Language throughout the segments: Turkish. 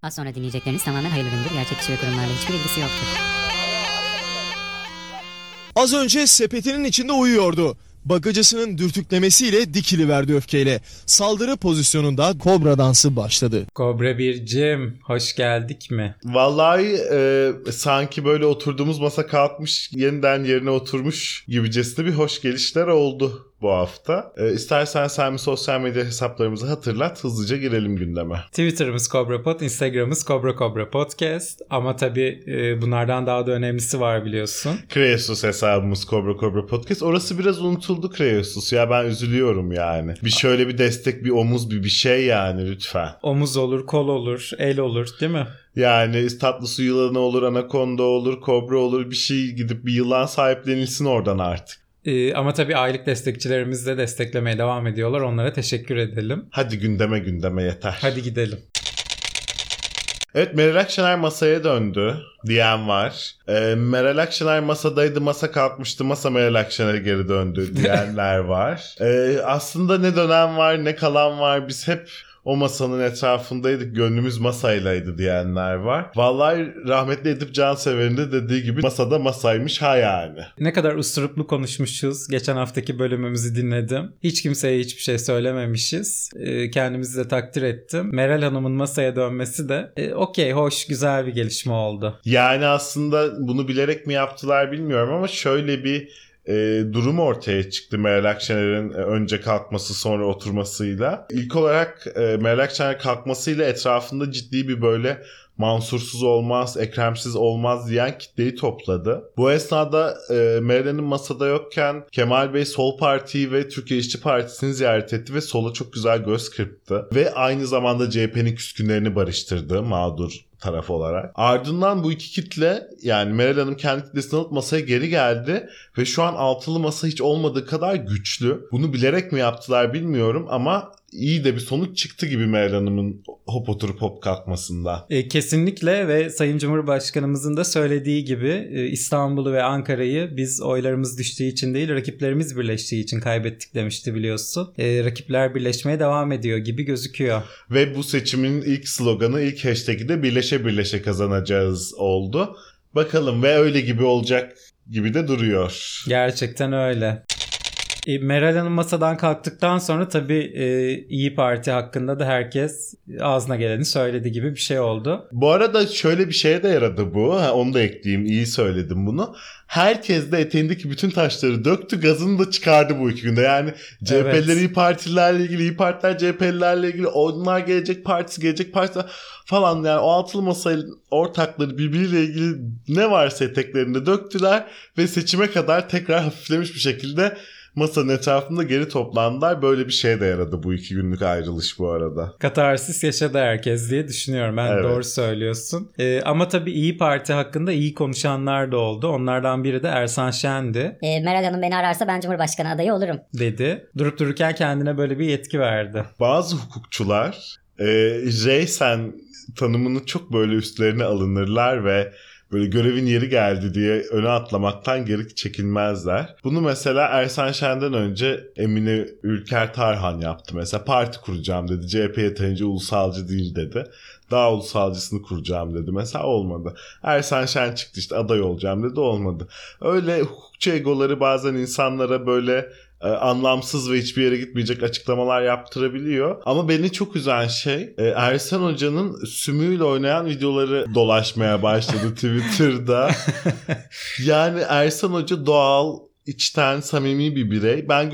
Az sonra dinleyecekleriniz tamamen hayırlı üründür. Gerçek kişi ve kurumlarla hiçbir ilgisi yoktur. Az önce sepetinin içinde uyuyordu. Bagacısının dürtüklemesiyle dikiliverdi öfkeyle. Saldırı pozisyonunda kobra dansı başladı. Kobra bircim, hoş geldik mi? Vallahi sanki böyle oturduğumuz masa kalkmış, yeniden yerine oturmuş gibicesine bir hoş gelişler oldu bu hafta. İstersen sen sosyal medya hesaplarımızı hatırlat, hızlıca girelim gündeme. Twitter'ımız KobraPod, Instagram'ımız Kobra Podcast. Ama tabii bunlardan daha da önemlisi var biliyorsun. Kreasus hesabımız Kobra Podcast. Orası biraz unutuldu Kreasus. Ya ben üzülüyorum yani. Bir şöyle bir destek, bir omuz, bir şey yani lütfen. Omuz olur, kol olur, el olur değil mi? Yani tatlı su yılanı olur, anakonda olur, kobra olur, bir şey gidip bir yılan sahiplenilsin oradan artık. Ama tabii aylık destekçilerimiz de desteklemeye devam ediyorlar. Onlara teşekkür edelim. Hadi gündeme yeter. Hadi gidelim. Evet, Meral Akşener masaya döndü diyen var. Meral Akşener masadaydı, masa kalkmıştı, masa Meral Akşener'e geri döndü diyenler var. Aslında ne dönem var ne kalan var, biz hep o masanın etrafındaydık, gönlümüz masaylaydı diyenler var. Vallahi rahmetli Edip Cansever'in de dediği gibi masada masaymış ha yani. Ne kadar usturuplu konuşmuşuz. Geçen haftaki bölümümüzü dinledim. Hiç kimseye hiçbir şey söylememişiz. Kendimizi de takdir ettim. Meral Hanım'ın masaya dönmesi de okey, hoş, güzel bir gelişme oldu. Yani aslında bunu bilerek mi yaptılar bilmiyorum ama şöyle bir durum ortaya çıktı Meral Akşener'in önce kalkması sonra oturmasıyla. İlk olarak Meral Akşener kalkmasıyla etrafında ciddi bir böyle Mansursuz olmaz, Ekremsiz olmaz diyen kitleyi topladı. Bu esnada Meral Hanım masada yokken Kemal Bey Sol Parti'yi ve Türkiye İşçi Partisi'ni ziyaret etti ve sola çok güzel göz kırptı. Ve aynı zamanda CHP'nin küskünlerini barıştırdı mağdur taraf olarak. Ardından bu iki kitle, yani Meral Hanım kendi kitlesini alıp masaya geri geldi ve şu an altılı masa hiç olmadığı kadar güçlü. Bunu bilerek mi yaptılar bilmiyorum ama iyi de bir sonuç çıktı gibi Meral Hanım'ın hop oturup hop kalkmasında. Kesinlikle ve Sayın Cumhurbaşkanımızın da söylediği gibi İstanbul'u ve Ankara'yı biz oylarımız düştüğü için değil, rakiplerimiz birleştiği için kaybettik demişti biliyorsun. Rakipler birleşmeye devam ediyor gibi gözüküyor. Ve bu seçimin ilk sloganı, ilk hashtag'i de birleşe birleşe kazanacağız oldu. Bakalım, ve öyle gibi olacak gibi de duruyor. Gerçekten öyle. Meral Hanım masadan kalktıktan sonra tabii İyi Parti hakkında da herkes ağzına geleni söyledi gibi bir şey oldu. Bu arada şöyle bir şeye de yaradı bu. Onu da ekleyeyim. İyi söyledim bunu. Herkes de eteğindeki bütün taşları döktü. Gazını da çıkardı bu 2 günde. Yani CHP'liler Evet. İyi Partilerle ilgili, İyi Partiler CHP'lilerle ilgili, onlar gelecek partisi falan, yani o altılı masanın ortakları birbiriyle ilgili ne varsa eteklerinde döktüler ve seçime kadar tekrar hafiflemiş bir şekilde masanın etrafında geri toplandılar. Böyle bir şeye de yaradı bu 2 günlük ayrılış bu arada. Katarsis yaşadı herkes diye düşünüyorum. Ben Evet. Doğru söylüyorsun. Ama tabii İyi Parti hakkında iyi konuşanlar da oldu. Onlardan biri de Ersan Şen'di. Meral Hanım beni ararsa ben Cumhurbaşkanı adayı olurum Dedi. Durup dururken kendine böyle bir yetki verdi. Bazı hukukçular reysen tanımını çok böyle üstlerine alınırlar ve böyle görevin yeri geldi diye öne atlamaktan geri çekilmezler. Bunu mesela Ersan Şen'den önce Emine Ülker Tarhan yaptı. Mesela parti kuracağım dedi. CHP yeterince ulusalcı değil dedi. Daha ulusalcısını kuracağım dedi. Mesela olmadı. Ersan Şen çıktı işte aday olacağım dedi, olmadı. Öyle hukukçu egoları bazen insanlara böyle anlamsız ve hiçbir yere gitmeyecek açıklamalar yaptırabiliyor. Ama beni çok üzen şey Ersan Hoca'nın sümüğüyle oynayan videoları dolaşmaya başladı Twitter'da. Yani Ersan Hoca doğal, içten, samimi bir birey. Ben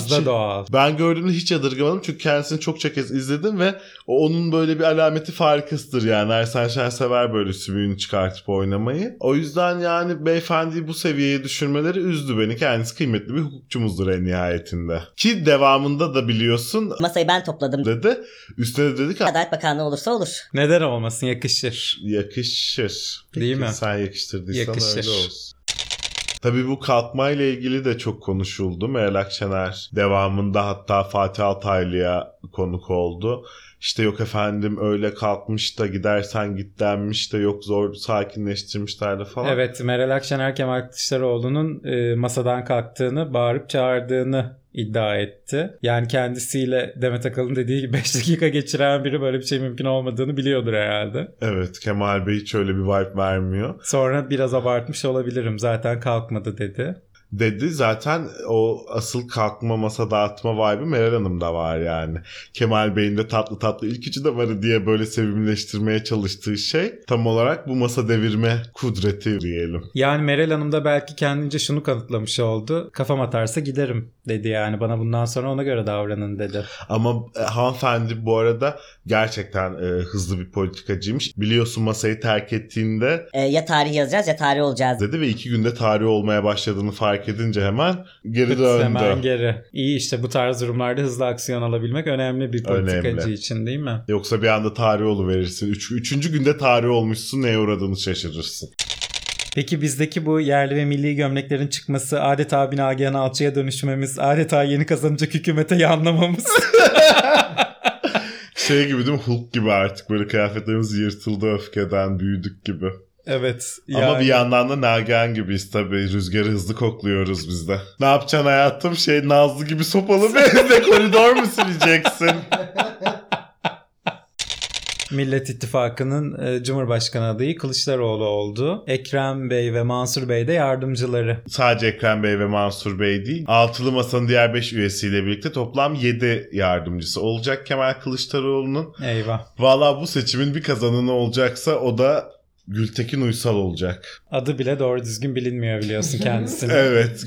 gördüğümde hiç yadırgamadım çünkü kendisini çokça kez izledim ve onun böyle bir alameti farikasıdır yani. Ersan Şen sever böyle sümüğünü çıkartıp oynamayı. O yüzden yani beyefendiyi bu seviyeye düşürmeleri üzdü beni. Kendisi kıymetli bir hukukçumuzdur en nihayetinde. Ki devamında da biliyorsun Masayı ben topladım dedi. Üstüne de dedi ki Adalet Bakanlığı olursa olur. Neden olmasın, yakışır. yakışır. Değil mi? Sen yakıştırdıysan Yakışır. öyle olsun. Tabii bu kalkmayla ilgili de çok konuşuldu. Meral Akşener devamında hatta Fatih Altaylı'ya konuk oldu. İşte yok efendim öyle kalkmış da gidersen git denmiş de yok zor sakinleştirmişler de falan. Evet, Meral Akşener Kemal Kılıçdaroğlu'nun masadan kalktığını, bağırıp çağırdığını iddia etti. Yani kendisiyle Demet Akalın dediği gibi 5 dakika geçiren biri böyle bir şey mümkün olmadığını biliyordur herhalde. Evet, Kemal Bey hiç öyle bir vibe vermiyor. Sonra biraz abartmış olabilirim. Zaten kalkmadı dedi. Dedi. Zaten o asıl kalkma masa dağıtma vibe'ı Meral Hanım'da var yani. Kemal Bey'in de tatlı tatlı ilk üçü de varı diye böyle sevimleştirmeye çalıştığı şey tam olarak bu masa devirme kudreti diyelim. Yani Meral Hanım da belki kendince şunu kanıtlamış oldu. Kafam atarsa giderim dedi yani. Bana bundan sonra ona göre davranın dedi. Ama hanımefendi bu arada gerçekten hızlı bir politikacıymış. Biliyorsun masayı terk ettiğinde Ya tarih yazacağız ya tarih olacağız. dedi ve 2 günde tarih olmaya başladığını fark edince hemen geri döndü. Hemen geri. İyi işte bu tarz durumlarda hızlı aksiyon alabilmek önemli bir politikacı için değil mi? Yoksa bir anda tarih oluverirsin. Üçüncü günde tarih olmuşsun, neye uğradığını şaşırırsın. Peki bizdeki bu yerli ve milli gömleklerin çıkması, adeta bir Nagihan Alçı'ya dönüşmemiz, adeta yeni kazanacak hükümete yanlamamız. Şey gibi değil mi? Hulk gibi artık böyle kıyafetlerimiz yırtıldı öfkeden, büyüdük gibi. Evet. Ama bir yandan da Nagihan gibiyiz tabii. Rüzgarı hızlı kokluyoruz biz de. Ne yapacaksın hayatım? Nazlı gibi sopalı bir evde koridor mu sileceksin? Millet İttifakı'nın Cumhurbaşkanı adayı Kılıçdaroğlu oldu. Ekrem Bey ve Mansur Bey de yardımcıları. Sadece Ekrem Bey ve Mansur Bey değil. Altılı Masa'nın diğer 5 üyesiyle birlikte toplam 7 yardımcısı olacak Kemal Kılıçdaroğlu'nun. Eyvah. Valla bu seçimin bir kazananı olacaksa o da Gültekin Uysal olacak. Adı bile doğru düzgün bilinmiyor biliyorsun kendisini. Evet,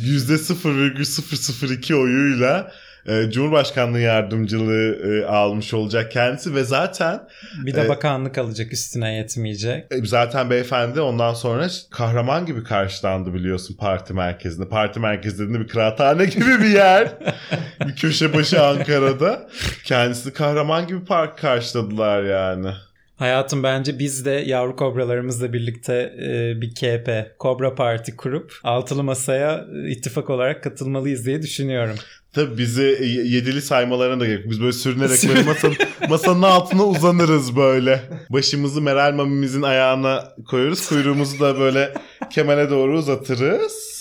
%0,002 oyuyla Cumhurbaşkanlığı yardımcılığı almış olacak kendisi ve zaten bir de bakanlık alacak, üstüne yetmeyecek. Zaten beyefendi ondan sonra kahraman gibi karşılandı biliyorsun parti merkezinde. Parti merkezinde bir kıraathane gibi bir yer. Bir köşe başı Ankara'da. Kendisini kahraman gibi karşıladılar yani. Hayatım bence biz de yavru kobralarımızla birlikte bir KP, Kobra Parti kurup altılı masaya ittifak olarak katılmalıyız diye düşünüyorum. Tabii bizi yedili saymalarına da gerek. Biz böyle sürünerek böyle masanın altına uzanırız böyle. Başımızı Meral Mami'mizin ayağına koyuyoruz. Kuyruğumuzu da böyle Kemal'e doğru uzatırız.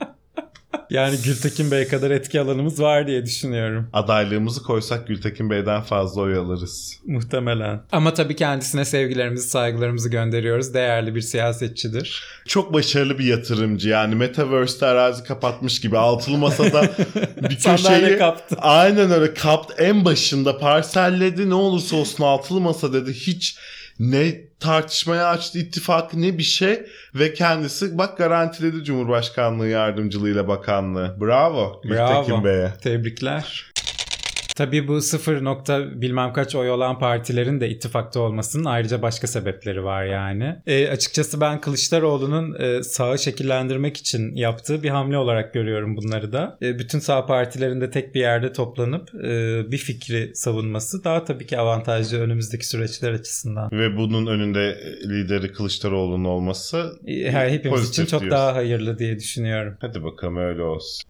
Yani Gültekin Bey kadar etki alanımız var diye düşünüyorum. Adaylığımızı koysak Gültekin Bey'den fazla oy alırız. Muhtemelen. Ama tabii kendisine sevgilerimizi, saygılarımızı gönderiyoruz. Değerli bir siyasetçidir. Çok başarılı bir yatırımcı. Yani Metaverse'te arazi kapatmış gibi. Altılı Masa'da bir köşeyi kaptı. Aynen öyle kaptı. En başında parselledi. Ne olursa olsun Altılı Masa dedi. Hiç ne tartışmaya açtı ittifakı ne bir şey ve kendisi bak garantiledi Cumhurbaşkanlığı yardımcılığıyla bakanlığı. Bravo. Gültekin Bey'e. Tebrikler. Tabii bu 0 nokta bilmem kaç oy olan partilerin de ittifakta olmasının ayrıca başka sebepleri var yani. Açıkçası ben Kılıçdaroğlu'nun sağı şekillendirmek için yaptığı bir hamle olarak görüyorum bunları da. Bütün sağ partilerin de tek bir yerde toplanıp bir fikri savunması daha tabii ki avantajlı önümüzdeki süreçler açısından. Ve bunun önünde lideri Kılıçdaroğlu'nun olması hepimiz için çok daha hayırlı diye düşünüyorum. Hadi bakalım öyle olsun.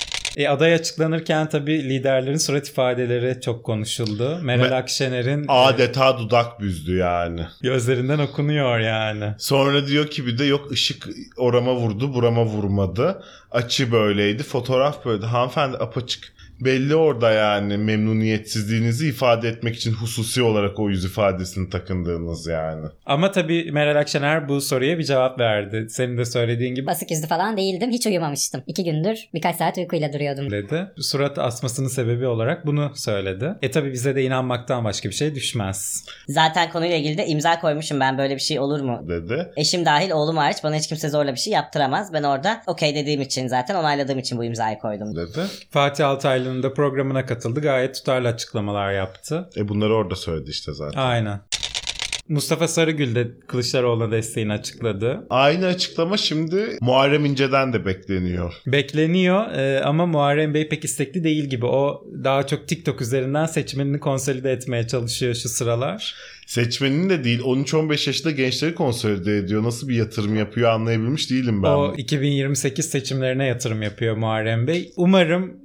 Aday açıklanırken tabii liderlerin surat ifadeleri çok konuşuldu. Meral Akşener'in adeta dudak büzdü yani. Gözlerinden okunuyor yani. Sonra diyor ki bir de yok ışık orama vurdu burama vurmadı. Açı böyleydi fotoğraf böyleydi. Hanımefendi apaçık. Belli orada yani memnuniyetsizliğinizi ifade etmek için hususi olarak o yüz ifadesini takındığınız yani. Ama tabii Meral Akşener bu soruya bir cevap verdi. Senin de söylediğin gibi. Basık yüzlü falan değildim. Hiç uyumamıştım. 2 gündür birkaç saat uykuyla duruyordum Dedi. Surat asmasının sebebi olarak bunu söyledi. Tabii bize de inanmaktan başka bir şey düşmez. Zaten konuyla ilgili de imza koymuşum ben, böyle bir şey olur mu dedi. Eşim dahil oğlum hariç bana hiç kimse zorla bir şey yaptıramaz. Ben orada okey dediğim için zaten onayladığım için bu imzayı koydum dedi. Fatih Altaylı'nın da programına katıldı. Gayet tutarlı açıklamalar yaptı. Bunları orada söyledi işte zaten. Aynen. Mustafa Sarıgül de Kılıçdaroğlu'na desteğini açıkladı. Aynı açıklama şimdi Muharrem İnce'den de bekleniyor. Bekleniyor ama Muharrem Bey pek istekli değil gibi. O daha çok TikTok üzerinden seçmenini konsolide etmeye çalışıyor şu sıralar. Seçmenini de değil 13-15 yaşında gençleri konsolide ediyor. Nasıl bir yatırım yapıyor anlayabilmiş değilim ben. O 2028 seçimlerine yatırım yapıyor Muharrem Bey. Umarım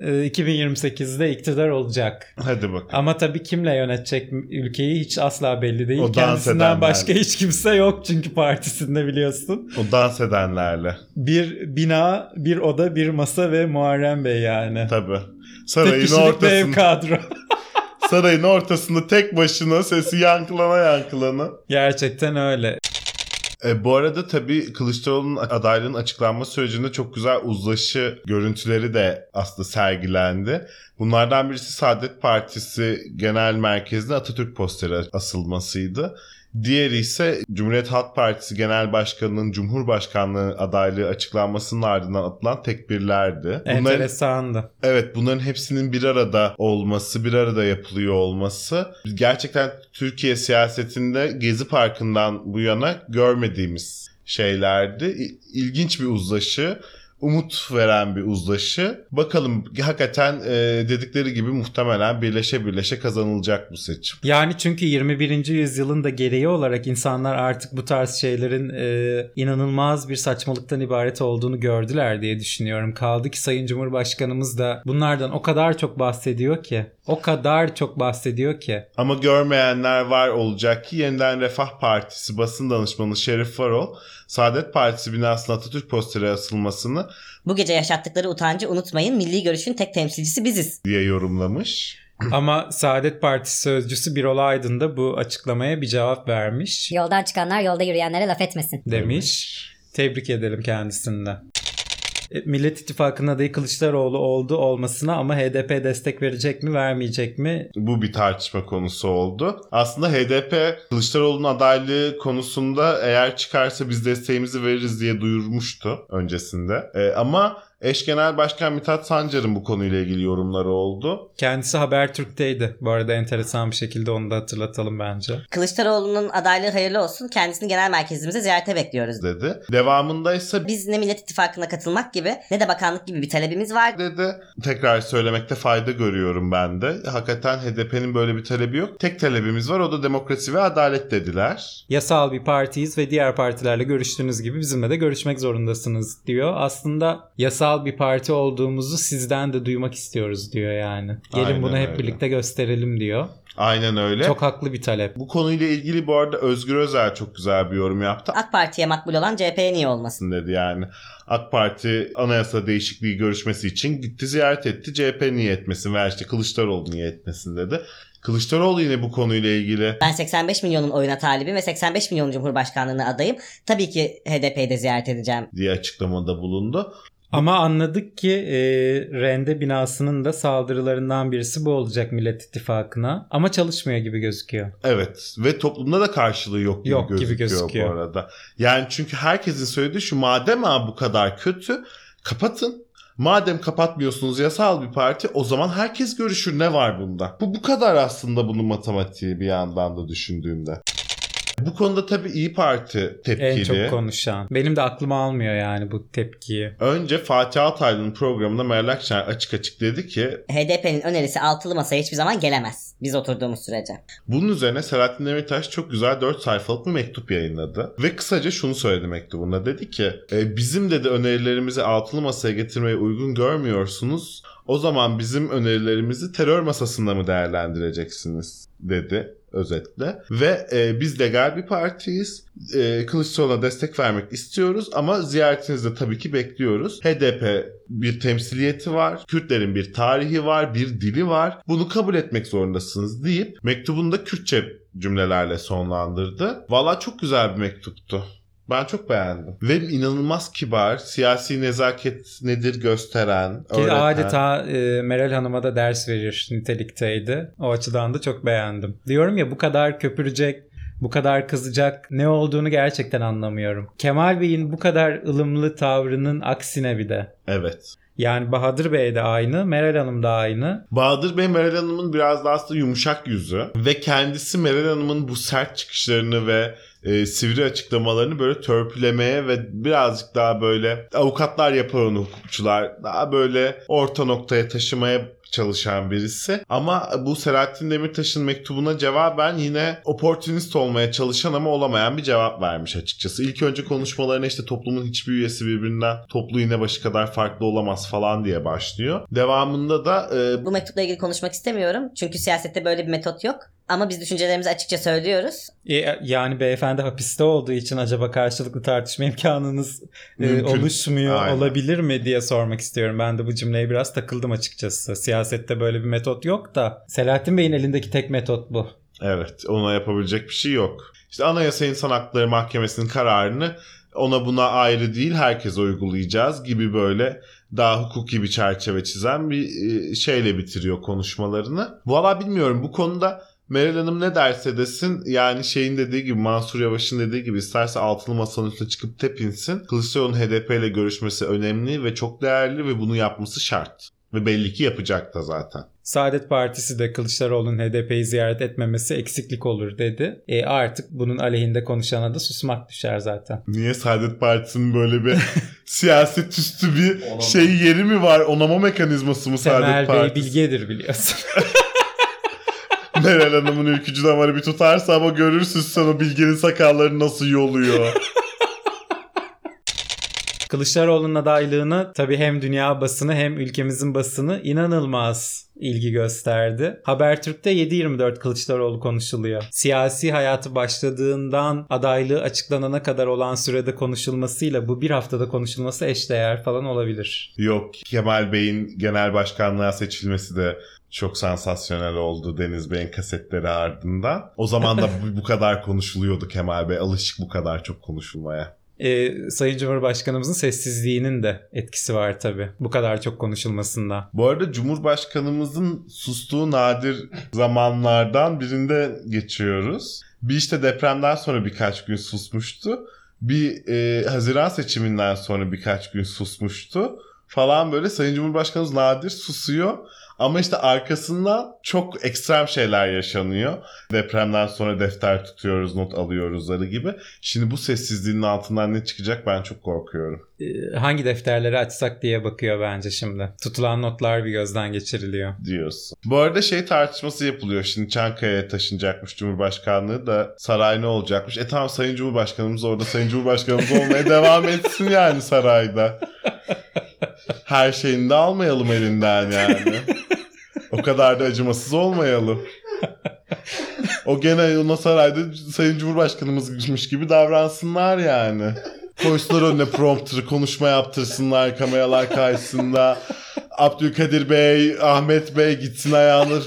2028'de iktidar olacak. Hadi bakalım. Ama tabii kimle yönetecek ülkeyi hiç asla belli değil. O Kendisinden başka hiç kimse yok çünkü partisinde biliyorsun. O dans edenlerle. Bir bina, bir oda, bir masa ve Muharrem Bey yani. Tabii. Sarayın kişilik dev ortasında, kadro. sarayın ortasında tek başına sesi yankılana. Gerçekten öyle. Bu arada tabii Kılıçdaroğlu'nun adaylığının açıklanma sürecinde çok güzel uzlaşı görüntüleri de aslında sergilendi. Bunlardan birisi Saadet Partisi Genel Merkezi'ne Atatürk posteri asılmasıydı. Diğeri ise Cumhuriyet Halk Partisi Genel Başkanı'nın Cumhurbaşkanlığı adaylığı açıklanmasının ardından atılan tekbirlerdi. Enteresandı. Evet, bunların hepsinin bir arada olması, bir arada yapılıyor olması gerçekten Türkiye siyasetinde Gezi Parkı'ndan bu yana görmediğimiz şeylerdi. İlginç bir uzlaşı. Umut veren bir uzlaşı. Bakalım hakikaten dedikleri gibi muhtemelen birleşe kazanılacak bu seçim. Yani çünkü 21. yüzyılın da gereği olarak insanlar artık bu tarz şeylerin inanılmaz bir saçmalıktan ibaret olduğunu gördüler diye düşünüyorum. Kaldı ki Sayın Cumhurbaşkanımız da bunlardan o kadar çok bahsediyor ki. Ama görmeyenler var olacak ki Yeniden Refah Partisi basın danışmanı Şerif Varol, Saadet Partisi binasına Atatürk posteri asılmasını Bu gece yaşattıkları utancı unutmayın, milli görüşün tek temsilcisi biziz diye yorumlamış. Ama Saadet Partisi sözcüsü Birol Aydın da bu açıklamaya bir cevap vermiş. Yoldan çıkanlar yolda yürüyenlere laf etmesin Demiş. Tebrik edelim kendisini de. Millet İttifakı'nın adayı Kılıçdaroğlu oldu olmasına ama HDP destek verecek mi vermeyecek mi? Bu bir tartışma konusu oldu. Aslında HDP Kılıçdaroğlu'nun adaylığı konusunda eğer çıkarsa biz desteğimizi veririz diye duyurmuştu öncesinde. Ama eş genel başkan Mithat Sancar'ın bu konuyla ilgili yorumları oldu. Kendisi Habertürk'teydi. Bu arada enteresan bir şekilde onu da hatırlatalım bence. Kılıçdaroğlu'nun adaylığı hayırlı olsun, kendisini genel merkezimize ziyarete bekliyoruz Dedi. Devamında ise Biz ne Millet İttifakı'na katılmak gibi ne de bakanlık gibi bir talebimiz var. dedi. Tekrar söylemekte fayda görüyorum ben de. Hakikaten HDP'nin böyle bir talebi yok. Tek talebimiz var, o da demokrasi ve adalet dediler. Yasal bir partiyiz ve diğer partilerle görüştüğünüz gibi bizimle de görüşmek zorundasınız diyor. Aslında yasal bir parti olduğumuzu sizden de duymak istiyoruz diyor yani. Gelin Aynen bunu hep öyle. birlikte gösterelim diyor. Aynen öyle. Çok haklı bir talep. Bu konuyla ilgili bu arada Özgür Özel çok güzel bir yorum yaptı. AK Parti'ye makbul olan CHP'ye niye olmasın? Dedi yani. AK Parti anayasa değişikliği görüşmesi için gitti, ziyaret etti. CHP niye etmesin veya işte Kılıçdaroğlu niye etmesin dedi. Kılıçdaroğlu yine bu konuyla ilgili Ben 85 milyonun oyuna talibim ve 85 milyonun Cumhurbaşkanlığına adayım. Tabii ki HDP'yi de ziyaret edeceğim. diye açıklamada bulundu. Ama anladık ki Rende binasının da saldırılarından birisi bu olacak Millet İttifakı'na. Ama çalışmıyor gibi gözüküyor. Evet ve toplumda da karşılığı yok gibi gözüküyor bu arada. Yani çünkü herkesin söylediği şu: madem bu kadar kötü, kapatın. Madem kapatmıyorsunuz yasal bir parti, o zaman herkes görüşür, ne var bunda? Bu kadar aslında bunun matematiği bir yandan da düşündüğünde. Bu konuda tabii İYİ Parti tepkili. En çok konuşan. Benim de aklım almıyor yani bu tepkiyi. Önce Fatih Altaylı'nın programında Meral Akşener açık dedi ki HDP'nin önerisi altılı masaya hiçbir zaman gelemez. Biz oturduğumuz sürece. bunun üzerine Selahattin Demirtaş çok güzel 4 sayfalık bir mektup yayınladı. Ve kısaca şunu söyledi mektubunda. Dedi ki bizim dedi önerilerimizi altılı masaya getirmeyi uygun görmüyorsunuz. O zaman bizim önerilerimizi terör masasında mı değerlendireceksiniz dedi özetle. Ve biz legal bir partiyiz. Kılıçdaroğlu'na destek vermek istiyoruz ama ziyaretinizi de tabii ki bekliyoruz. HDP bir temsiliyeti var. Kürtlerin bir tarihi var, bir dili var. Bunu kabul etmek zorundasınız deyip mektubunu da Kürtçe cümlelerle sonlandırdı. Vallahi çok güzel bir mektuptu. Ben çok beğendim. Ve inanılmaz kibar, siyasi nezaket nedir gösteren, Ki öğreten. adeta Meral Hanım'a da ders verir nitelikteydi. O açıdan da çok beğendim. Diyorum ya, bu kadar köpürecek, bu kadar kızacak ne olduğunu gerçekten anlamıyorum. Kemal Bey'in bu kadar ılımlı tavrının aksine bir de. Evet. Yani Bahadır Bey de aynı, Meral Hanım da aynı. Bahadır Bey Meral Hanım'ın biraz daha aslında yumuşak yüzü ve kendisi Meral Hanım'ın bu sert çıkışlarını ve sivri açıklamalarını böyle törpülemeye ve birazcık daha böyle avukatlar yapar onu, hukukçular daha böyle orta noktaya taşımaya çalışan birisi. Ama bu Selahattin Demirtaş'ın mektubuna cevaben yine opportunist olmaya çalışan ama olamayan bir cevap vermiş açıkçası. İlk önce konuşmalarına işte toplumun hiçbir üyesi birbirinden toplu iğne başı kadar farklı olamaz falan diye başlıyor. Devamında da Bu mektupla ilgili konuşmak istemiyorum. Çünkü siyasette böyle bir metot yok. Ama biz düşüncelerimizi açıkça söylüyoruz. Yani beyefendi hapiste olduğu için acaba karşılıklı tartışma imkanınız oluşmuyor Aynen. olabilir mi diye sormak istiyorum. Ben de bu cümleye biraz takıldım açıkçası. Siyasette böyle bir metot yok da Selahattin Bey'in elindeki tek metot bu. Evet, ona yapabilecek bir şey yok. İşte Anayasa İnsan Hakları Mahkemesi'nin kararını ona buna ayrı değil herkese uygulayacağız gibi böyle daha hukuki bir çerçeve çizen bir şeyle bitiriyor konuşmalarını. Valla bilmiyorum bu konuda Meral Hanım ne derse desin yani şeyin dediği gibi Mansur Yavaş'ın dediği gibi isterse altılı masanın üstüne çıkıp tepinsin. Kılıçdaroğlu'nun HDP ile görüşmesi önemli ve çok değerli ve bunu yapması şart. Ve belli ki yapacak da zaten. Saadet Partisi de Kılıçdaroğlu'nun HDP'yi ziyaret etmemesi eksiklik olur dedi. Artık bunun aleyhinde konuşana da susmak düşer zaten. Niye Saadet Partisi'nin böyle bir siyaset üstü bir yeri mi var? Onama mekanizması mı Saadet Temel Bey Partisi? bilgedir biliyorsun. Meral Hanım'ın ülkücü damarı bir tutarsa ama görürsün sen o Bilge'nin sakalları nasıl yoluyor. Kılıçdaroğlu'nun adaylığına tabii hem dünya basını hem ülkemizin basını inanılmaz ilgi gösterdi. Habertürk'te 7/24 Kılıçdaroğlu konuşuluyor. Siyasi hayatı başladığından adaylığı açıklanana kadar olan sürede konuşulmasıyla bu bir haftada konuşulması eşdeğer falan olabilir. Yok, Kemal Bey'in genel başkanlığa seçilmesi de çok sansasyonel oldu Deniz Bey'in kasetleri ardından. O zaman da bu kadar konuşuluyordu Kemal Bey. Alışık bu kadar çok konuşulmaya. Sayın Cumhurbaşkanımızın sessizliğinin de etkisi var tabii. Bu kadar çok konuşulmasında. Bu arada Cumhurbaşkanımızın sustuğu nadir zamanlardan birinde geçiyoruz. Bir işte depremden sonra birkaç gün susmuştu. Bir Haziran seçiminden sonra birkaç gün susmuştu. Falan böyle Sayın Cumhurbaşkanımız nadir susuyor. Ama işte arkasından çok ekstrem şeyler yaşanıyor. Depremden sonra defter tutuyoruz, not alıyoruzları gibi. Şimdi bu sessizliğin altından ne çıkacak ben çok korkuyorum. Hangi defterleri açsak diye bakıyor bence şimdi. Tutulan notlar bir gözden geçiriliyor. Diyorsun. Bu arada tartışması yapılıyor. Şimdi Çankaya'ya taşınacakmış Cumhurbaşkanlığı da saray ne olacakmış? Tamam Sayın Cumhurbaşkanımız orada Sayın Cumhurbaşkanımız olmaya devam etsin yani sarayda. Her şeyini de almayalım elinden yani. O kadar da acımasız olmayalım. O gene ona sarayda Sayın Cumhurbaşkanımızmış gibi davransınlar yani. Koysunlar önüne prompter'ı, konuşma yaptırsınlar kameralar karşısında. Abdülkadir Bey, Ahmet Bey gitsin ayağını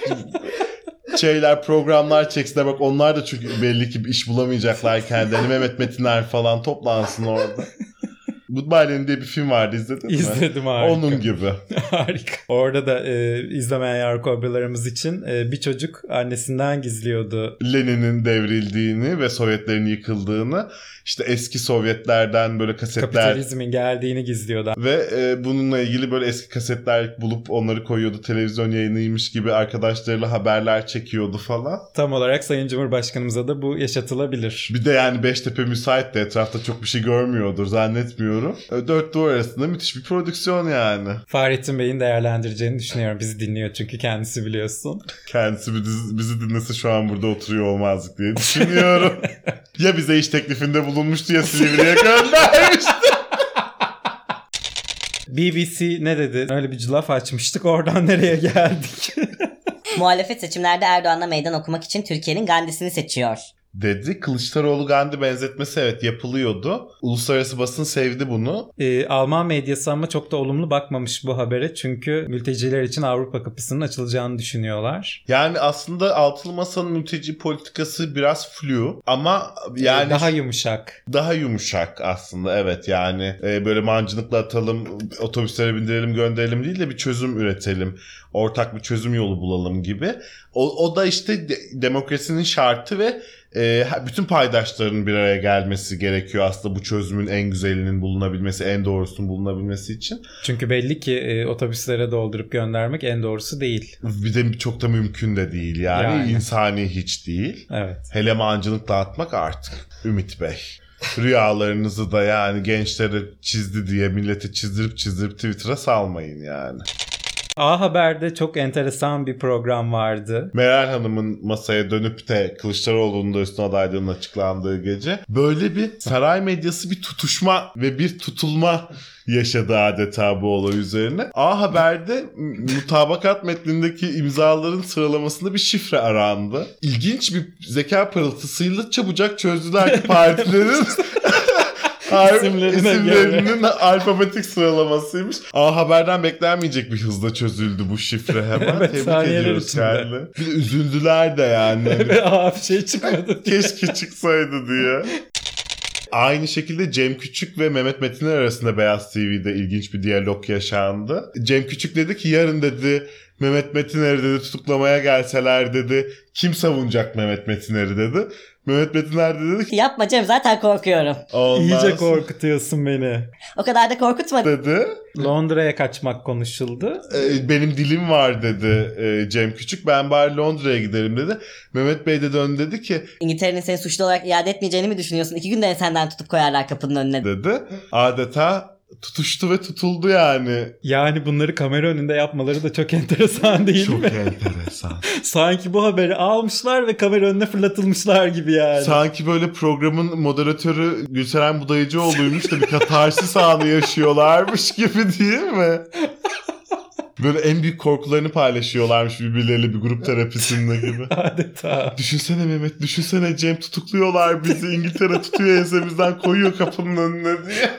programlar çeksinler. Bak onlar da çünkü belli ki iş bulamayacaklar kendilerine. Mehmet Metinler falan toplansın orada. Goodbye Lenin diye bir film vardı, izledin mi? İzledim, harika. Onun gibi. Harika. Orada da izlemeyen yavru kobralarımız için bir çocuk annesinden gizliyordu Lenin'in devrildiğini ve Sovyetlerin yıkıldığını, işte eski Sovyetlerden böyle kasetler... Kapitalizmin geldiğini gizliyordu. Ve bununla ilgili böyle eski kasetler bulup onları koyuyordu. Televizyon yayınıymış gibi arkadaşlarıyla haberler çekiyordu falan. Tam olarak Sayın Cumhurbaşkanımıza da bu yaşatılabilir. Bir de yani Beştepe müsait de etrafta çok bir şey görmüyordur zannetmiyorum. Dört duvar arasında müthiş bir prodüksiyon yani. Fahrettin Bey'in değerlendireceğini düşünüyorum. Bizi dinliyor çünkü kendisi biliyorsun. Kendisi bizi dinlese şu an burada oturuyor olmazdık diye düşünüyorum. Ya bize iş teklifinde bulunmuştu ya Silivri'ye göndermişti. BBC ne dedi? Öyle bir laf açmıştık, oradan nereye geldik? Muhalefet seçimlerde Erdoğan'la meydan okumak için Türkiye'nin Gandhi'sini seçiyor. Dedi. Kılıçdaroğlu Gandhi benzetmesi evet yapılıyordu. Uluslararası basın sevdi bunu. Alman medyası ama çok da olumlu bakmamış bu habere. Çünkü mülteciler için Avrupa kapısının açılacağını düşünüyorlar. Yani aslında Altılı Masa'nın mülteci politikası biraz flu ama yani... Daha yumuşak. Daha yumuşak aslında evet yani. Böyle mancınıkla atalım, otobüslere bindirelim gönderelim değil de bir çözüm üretelim. Ortak bir çözüm yolu bulalım gibi. O da işte demokrasinin şartı ve bütün paydaşların bir araya gelmesi gerekiyor aslında bu çözümün en güzelinin bulunabilmesi, en doğrusunun bulunabilmesi için. Çünkü belli ki otobüslere doldurup göndermek en doğrusu değil. Bir de çok da mümkün de değil yani. İnsani hiç değil. Evet. Hele mancınık dağıtmak artık Ümit Bey. Rüyalarınızı da yani gençlere çizdi diye millete çizdirip Twitter'a salmayın yani. A Haber'de çok enteresan bir program vardı. Meral Hanım'ın masaya dönüp de Kılıçdaroğlu'nun da üstüne adaylığının açıklandığı gece böyle bir saray medyası bir tutuşma ve bir tutulma yaşadı adeta bu olay üzerine. A Haber'de mutabakat metnindeki imzaların sıralamasında bir şifre arandı. İlginç bir zeka parıltısıyla çabucak çözdüler ki partilerin isimlerinin alfabetik sıralamasıymış. A Haber'den beklenmeyecek bir hızla çözüldü bu şifre hemen. Evet, Tebrik ediyoruz kendini. Bir de üzüldüler de yani. Bir şey çıkmadı. Keşke çıksaydı diye. Aynı şekilde Cem Küçük ve Mehmet Metiner arasında Beyaz TV'de ilginç bir diyalog yaşandı. Cem Küçük dedi ki yarın dedi Mehmet Metiner'i dedi tutuklamaya gelseler dedi kim savunacak Mehmet Metiner'i dedi. Mehmet Metiner de dedi ki Yapma Cem, zaten korkuyorum. İyice korkutuyorsun beni. O kadar da korkutma. dedi. Londra'ya kaçmak konuşuldu. Benim dilim var dedi Cem Küçük. Ben bari Londra'ya giderim dedi. Mehmet Bey de döndü dedi ki İngiltere'nin seni suçlu olarak iade etmeyeceğini mi düşünüyorsun? 2 günde senden tutup koyarlar kapının önüne. dedi. Adeta tutuştu ve tutuldu yani. Yani bunları kamera önünde yapmaları da çok enteresan değil Çok mi? enteresan. Sanki bu haberi almışlar ve kamera önüne fırlatılmışlar gibi yani. Sanki böyle programın moderatörü Gülseren Budayıcıoğlu'ymuş da bir katarsis anı yaşıyorlarmış gibi değil mi? Böyle en büyük korkularını paylaşıyorlarmış birbirleriyle bir grup terapisinde gibi. Adeta. Düşünsene Mehmet, düşünsene Cem tutukluyorlar bizi. İngiltere tutuyor ensemizden koyuyor kapının önüne diye.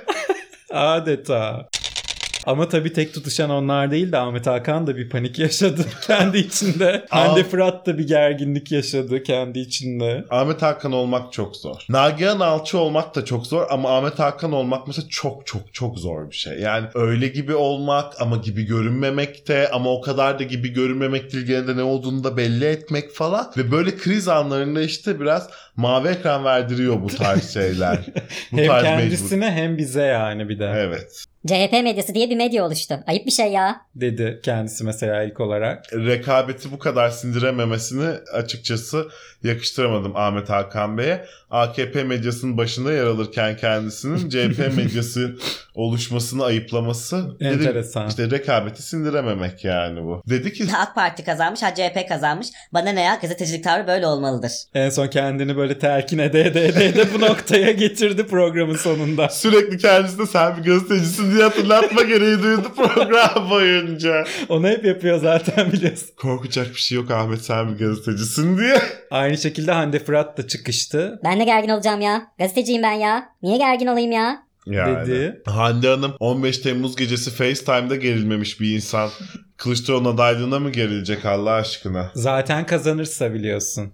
Adeta. Ama tabii tek tutuşan onlar değil de Ahmet Hakan da bir panik yaşadı kendi içinde. Hande Fırat da bir gerginlik yaşadı kendi içinde. Ahmet Hakan olmak çok zor. Nagihan Alçı olmak da çok zor ama Ahmet Hakan olmak mesela çok çok çok zor bir şey. Yani öyle gibi olmak ama gibi görünmemek de ama o kadar da gibi görünmemek değil gene de ne olduğunu da belli etmek falan. Ve böyle kriz anlarında işte biraz mavi ekran verdiriyor bu tarz şeyler. Bu Hem tarz kendisine hem bize yani bir de. Evet. CHP medyası diye bir medya oluştu. Ayıp bir şey ya. Dedi kendisi mesela ilk olarak. Rekabeti bu kadar sindirememesini açıkçası yakıştıramadım Ahmet Hakan Bey'e. AKP medyasının başında yer alırken kendisinin CHP medyası oluşmasını ayıplaması enteresan. İşte rekabeti sindirememek yani bu. Dedi ki AK Parti kazanmış, ha CHP kazanmış. Bana ne ya, gazetecilik tavrı böyle olmalıdır. En son kendini böyle telkin ede bu noktaya getirdi programın sonunda. sürekli kendisine sen bir gazetecisin diye hatırlatma gereği duydu program boyunca. Onu hep yapıyor zaten biliyorsun. Korkacak bir şey yok Ahmet sen bir gazetecisin diye. Aynı şekilde Hande Fırat da çıkıştı. Ben de gergin olacağım ya. Gazeteciyim ben ya. Niye gergin olayım ya? Yani. Dedi. Hande Hanım 15 Temmuz gecesi FaceTime'da gerilmemiş bir insan. Kılıçdaroğlu'nun adaylığına mı gerilecek Allah aşkına? Zaten kazanırsa biliyorsun.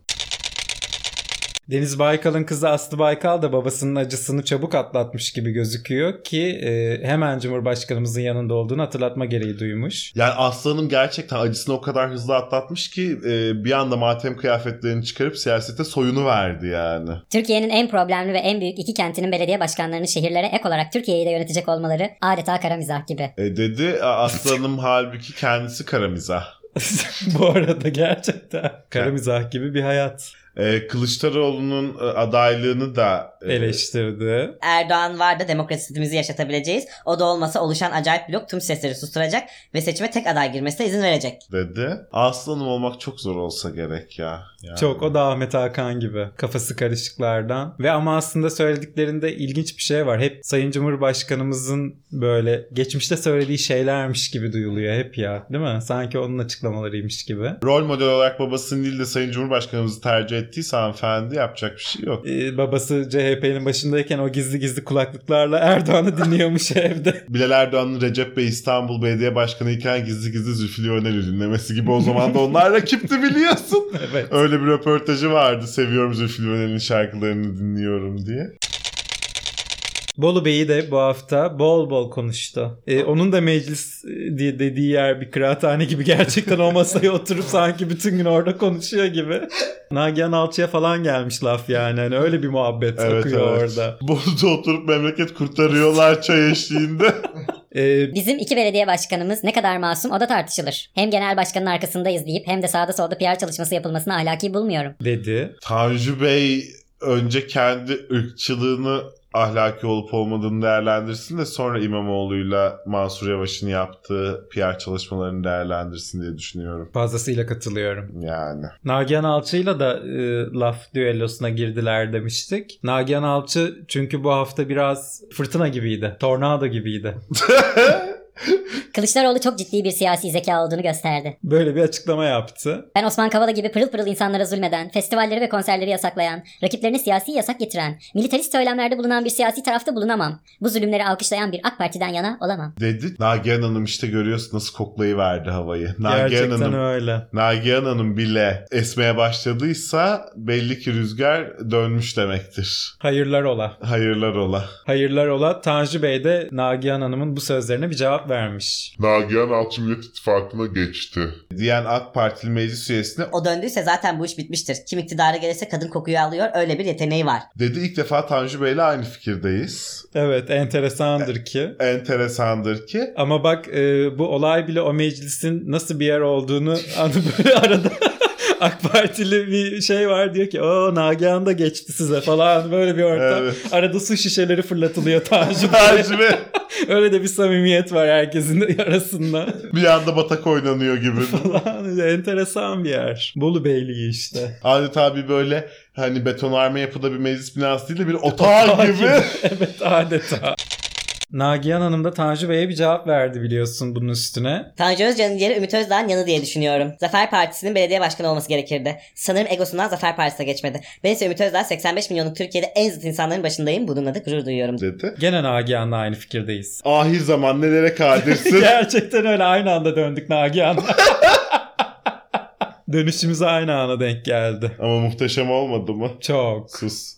Deniz Baykal'ın kızı Aslı Baykal da babasının acısını çabuk atlatmış gibi gözüküyor ki hemen Cumhurbaşkanımızın yanında olduğunu hatırlatma gereği duymuş. Yani Aslı Hanım gerçekten acısını o kadar hızlı atlatmış ki bir anda matem kıyafetlerini çıkarıp siyasete soyunu verdi yani. Türkiye'nin en problemli ve en büyük 2 kentinin belediye başkanlarının şehirlere ek olarak Türkiye'yi de yönetecek olmaları adeta kara mizah gibi. Dedi Aslı Hanım halbuki kendisi kara mizah. Bu arada gerçekten kara mizah gibi bir hayat. Kılıçdaroğlu'nun adaylığını da eleştirdi. Erdoğan var da demokrasimizi yaşatabileceğiz. O da olmasa oluşan acayip blok tüm sesleri susturacak ve seçime tek aday girmesine izin verecek. dedi. Aslı Hanım olmak çok zor olsa gerek ya. Yani. Çok, o da Ahmet Hakan gibi. Kafası karışıklardan. Ve ama aslında söylediklerinde ilginç bir şey var. Hep Sayın Cumhurbaşkanımızın böyle geçmişte söylediği şeylermiş gibi duyuluyor hep ya. Değil mi? Sanki onun açıklamalarıymış gibi. Rol model olarak babasının değil de Sayın Cumhurbaşkanımızı tercih ettiyse hanımefendi yapacak bir şey yok. Babası CHP'nin başındayken o gizli gizli kulaklıklarla Erdoğan'ı dinliyormuş evde. Bilal Erdoğan'ın Recep Bey İstanbul Belediye Başkanı iken gizli gizli Zülfü Livaneli dinlemesi gibi o zaman da onlar rakipti biliyorsun. Evet. Öyle bir röportajı vardı. Seviyorum Zülfü Livaneli'nin şarkılarını dinliyorum diye. Bolu Bey'i de bu hafta bol bol konuştu. Onun da meclis diye dediği yer bir kıraathane gibi, gerçekten o masaya oturup sanki bütün gün orada konuşuyor gibi. Nagihan Alçı'ya falan gelmiş laf yani. Hani öyle bir muhabbet akıyor orada. Bolu'da oturup memleket kurtarıyorlar çay eşliğinde. Bizim 2 belediye başkanımız ne kadar masum o da tartışılır. Hem genel başkanın arkasındayız deyip hem de sağda solda PR çalışması yapılmasını ahlaki bulmuyorum. Dedi. Tanju Bey önce kendi ırkçılığını ahlaki olup olmadığını değerlendirsin de sonra İmamoğlu'yla Mansur Yavaş'ın yaptığı PR çalışmalarını değerlendirsin diye düşünüyorum. Fazlasıyla katılıyorum. Yani. Nagihan Alçı'yla da laf düellosuna girdiler demiştik. Nagihan Alçı çünkü bu hafta biraz fırtına gibiydi. Tornado gibiydi. Kılıçdaroğlu çok ciddi bir siyasi zeka olduğunu gösterdi. Böyle bir açıklama yaptı. Ben Osman Kavala gibi pırıl pırıl insanlara zulmeden, festivalleri ve konserleri yasaklayan, rakiplerine siyasi yasak getiren, militarist söylemlerde bulunan bir siyasi tarafta bulunamam. Bu zulümleri alkışlayan bir AK Parti'den yana olamam. Dedi. Nagihan Hanım işte görüyorsun nasıl koklayıverdi havayı. Gerçekten öyle. Nagihan Hanım bile esmeye başladıysa belli ki rüzgar dönmüş demektir. Hayırlar ola. Hayırlar ola. Hayırlar ola. Tanju Bey de Nagihan Hanım'ın bu sözlerine bir cevap vermiş. Nagihan Alçı Millet İttifakı'na geçti. Diyen AK Partili meclis üyesine O döndüyse zaten bu iş bitmiştir. Kim iktidara gelirse kadın kokuyu alıyor. Öyle bir yeteneği var. dedi. İlk defa Tanju Bey'le aynı fikirdeyiz. Evet, enteresandır ki. Enteresandır ki. Ama bak bu olay bile o meclisin nasıl bir yer olduğunu böyle arada AK Partili bir şey var diyor ki o Nagihan da geçti size falan böyle bir ortam. Evet. Arada su şişeleri fırlatılıyor Tanju Tanju Bey. Öyle de bir samimiyet var herkesin arasında. Bir anda batak oynanıyor gibi. Falan enteresan bir yer. Bolu Beyliği işte. Adeta bir böyle hani betonarme yapıda bir meclis binası değil de bir otağı gibi. Evet adeta. Nagihan Hanım da Tanju Bey'e bir cevap verdi biliyorsun bunun üstüne. Tanju Özcan'ın yeri Ümit Özdağ'ın yanı diye düşünüyorum. Zafer Partisi'nin belediye başkanı olması gerekirdi. Sanırım egosundan Zafer Partisi'ne geçmedi. Ben ise Ümit Özdağ 85 milyonluk Türkiye'de en zıt insanların başındayım. Bununla da gurur duyuyorum. dedi. Gene Nagihan'la aynı fikirdeyiz. Ahir zaman nelere kadirsin. Gerçekten öyle aynı anda döndük Nagihan'la. Dönüşümüz aynı ana denk geldi. Ama muhteşem olmadı mı? Çok. Sus.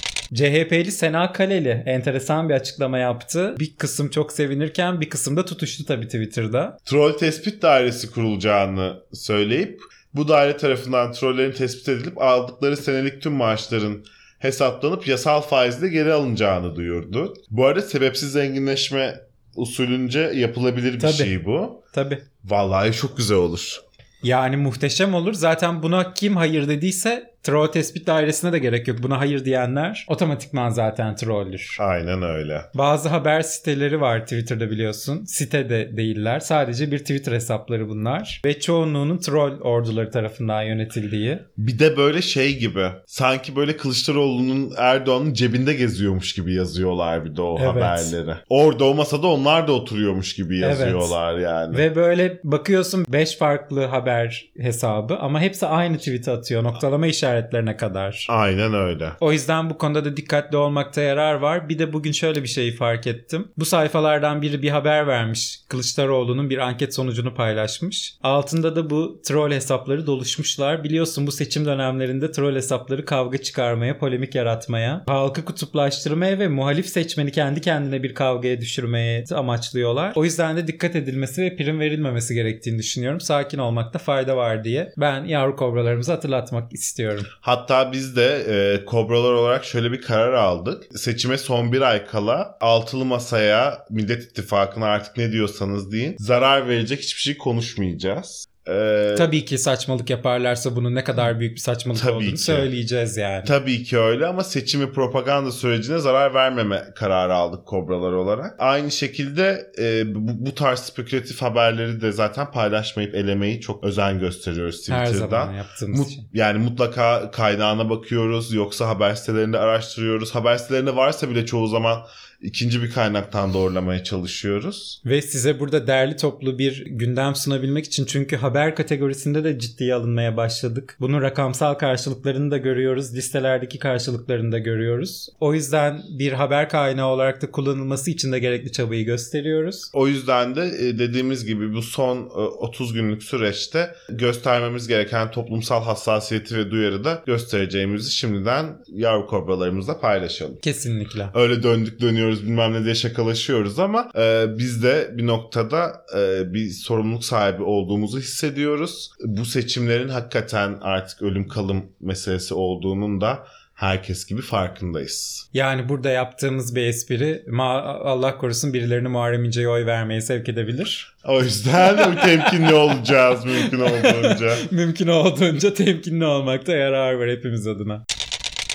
CHP'li Sena Kaleli enteresan bir açıklama yaptı. Bir kısım çok sevinirken bir kısım da tutuştu tabii Twitter'da. Troll tespit dairesi kurulacağını söyleyip bu daire tarafından trollerin tespit edilip aldıkları senelik tüm maaşların hesaplanıp yasal faizle geri alınacağını duyurdu. Bu arada sebepsiz zenginleşme usulünce yapılabilir bir Tabii. şey bu. Tabii. Vallahi çok güzel olur. Yani muhteşem olur. Zaten buna kim hayır dediyse troll tespit dairesine de gerek yok. Buna hayır diyenler otomatikman zaten trolldür. Aynen öyle. Bazı haber siteleri var Twitter'da biliyorsun. Site de değiller. Sadece bir Twitter hesapları bunlar. Ve çoğunluğunun troll orduları tarafından yönetildiği. Bir de böyle şey gibi. Sanki böyle Kılıçdaroğlu'nun Erdoğan'ın cebinde geziyormuş gibi yazıyorlar bir de o Evet. haberleri. Orada o masada onlar da oturuyormuş gibi yazıyorlar yani. Ve böyle bakıyorsun 5 farklı haber hesabı ama hepsi aynı tweet'i atıyor. Noktalama işaretlerine kadar. Aynen öyle. O yüzden bu konuda da dikkatli olmakta yarar var. Bir de bugün şöyle bir şeyi fark ettim. Bu sayfalardan biri bir haber vermiş. Kılıçdaroğlu'nun bir anket sonucunu paylaşmış. Altında da bu troll hesapları doluşmuşlar. Biliyorsun bu seçim dönemlerinde troll hesapları kavga çıkarmaya, polemik yaratmaya, halkı kutuplaştırmaya ve muhalif seçmeni kendi kendine bir kavgaya düşürmeye amaçlıyorlar. O yüzden de dikkat edilmesi ve prim verilmemesi gerektiğini düşünüyorum. Sakin olmakta fayda var diye ben yavru kobralarımızı hatırlatmak istiyorum. Hatta biz de kobralar olarak şöyle bir karar aldık. Seçime son bir ay kala altılı masaya, Millet İttifakı'na artık ne diyorsanız deyin, zarar verecek hiçbir şey konuşmayacağız. Tabii ki saçmalık yaparlarsa bunun ne kadar büyük bir saçmalık Tabii olduğunu ki. söyleyeceğiz yani. Tabii ki öyle ama seçim ve propaganda sürecine zarar vermeme kararı aldık kobralar olarak. Aynı şekilde bu tarz spekülatif haberleri de zaten paylaşmayıp elemeyi çok özen gösteriyoruz Twitter'dan. Her zaman yaptığımız için. Yani mutlaka kaynağına bakıyoruz, yoksa haber sitelerinde araştırıyoruz. Haber sitelerinde varsa bile çoğu zaman ikinci bir kaynaktan doğrulamaya çalışıyoruz. Ve size burada derli toplu bir gündem sunabilmek için, çünkü haber kategorisinde de ciddiye alınmaya başladık. Bunun rakamsal karşılıklarını da görüyoruz. Listelerdeki karşılıklarını da görüyoruz. O yüzden bir haber kaynağı olarak da kullanılması için de gerekli çabayı gösteriyoruz. O yüzden de dediğimiz gibi bu son 30 günlük süreçte göstermemiz gereken toplumsal hassasiyeti ve duyarı da göstereceğimizi şimdiden yavru kobralarımızla paylaşalım. Kesinlikle. Öyle döndük dönüyoruz bilmem ne diye şakalaşıyoruz ama biz de bir noktada bir sorumluluk sahibi olduğumuzu hissediyoruz. Bu seçimlerin hakikaten artık ölüm kalım meselesi olduğunun da herkes gibi farkındayız. Yani burada yaptığımız bir espri Allah korusun birilerini Muharrem İnce'ye oy vermeye sevk edebilir. O yüzden temkinli olacağız mümkün olduğunca. Mümkün olduğunca temkinli olmakta yarar var hepimiz adına.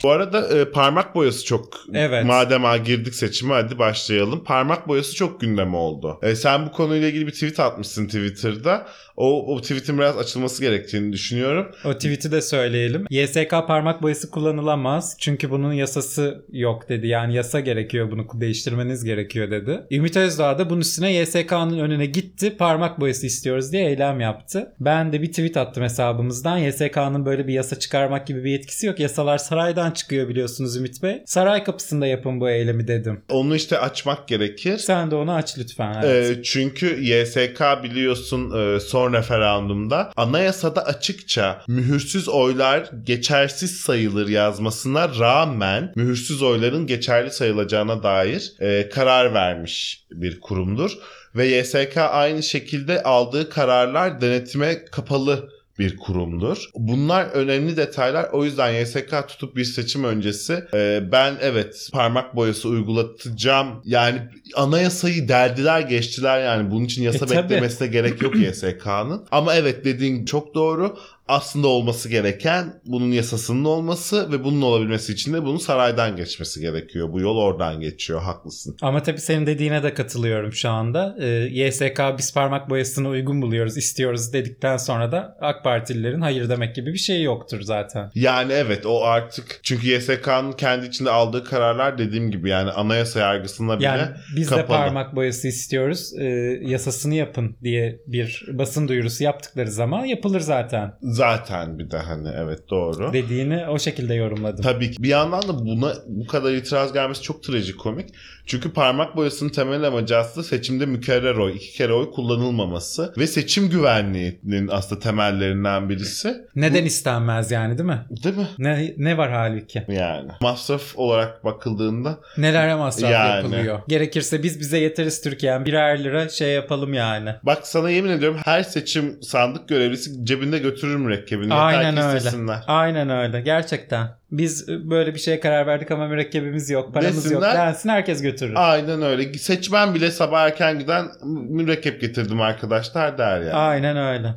Bu arada parmak boyası çok, Evet. madem girdik seçime hadi başlayalım. Parmak boyası çok gündem oldu. Sen bu konuyla ilgili bir tweet atmışsın Twitter'da. O tweet'in biraz açılması gerektiğini düşünüyorum. O tweet'i de söyleyelim. YSK parmak boyası kullanılamaz. Çünkü bunun yasası yok dedi. Yani yasa gerekiyor, bunu değiştirmeniz gerekiyor dedi. Ümit Özdağ da bunun üstüne YSK'nın önüne gitti. Parmak boyası istiyoruz diye eylem yaptı. Ben de bir tweet attım hesabımızdan. YSK'nın böyle bir yasa çıkarmak gibi bir yetkisi yok. Yasalar saraydan çıkıyor biliyorsunuz Ümit Bey. Saray kapısında yapın bu eylemi dedim. Onu işte açmak gerekir. Sen de onu aç lütfen. Evet. Çünkü YSK biliyorsun son referandumda anayasada açıkça mühürsüz oylar geçersiz sayılır yazmasına rağmen mühürsüz oyların geçerli sayılacağına dair karar vermiş bir kurumdur. Ve YSK aynı şekilde aldığı kararlar denetime kapalı bir kurumdur. Bunlar önemli detaylar. O yüzden YSK tutup bir seçim öncesi ben evet parmak boyası uygulatacağım. Yani anayasayı deldiler geçtiler yani. Bunun için yasa beklemesine gerek yok YSK'nın. Ama evet dediğin çok doğru. Aslında olması gereken bunun yasasının olması ve bunun olabilmesi için de bunun saraydan geçmesi gerekiyor. Bu yol oradan geçiyor. Haklısın. Ama tabii senin dediğine de katılıyorum şu anda. YSK biz parmak boyasını uygun buluyoruz, istiyoruz dedikten sonra da AK Partililerin hayır demek gibi bir şey yoktur zaten. Yani evet o artık çünkü YSK'nın kendi içinde aldığı kararlar dediğim gibi yani anayasa yargısına bile yani biz kapalı. De parmak boyası istiyoruz, yasasını yapın diye bir basın duyurusu yaptıkları zaman yapılır zaten. Zaten bir de hani evet doğru. Dediğini o şekilde yorumladım. Tabii ki bir yandan da buna bu kadar itiraz gelmesi çok trajikomik. Çünkü parmak boyasının temel amacı aslında seçimde mükerrer oy, 2 kere oy kullanılmaması ve seçim güvenliğinin aslında temellerinden birisi. Neden istenmez yani değil mi? Değil mi? Ne var halbuki? Yani masraf olarak bakıldığında Neler masraf yani yapılıyor. Gerekirse biz bize yeteriz Türkiye'm. Birer lira şey yapalım yani. Bak sana yemin ediyorum her seçim sandık görevlisi cebinde götürür mürekkebini. Aynen Yeter ki öyle. istesinler. Aynen öyle. Gerçekten. Biz böyle bir şeye karar verdik ama mürekkebimiz yok, paramız yok Desinler. densin herkes götürür. Aynen öyle. Seçmen bile sabah erken giden mürekkep getirdim arkadaşlar der yani. Aynen öyle.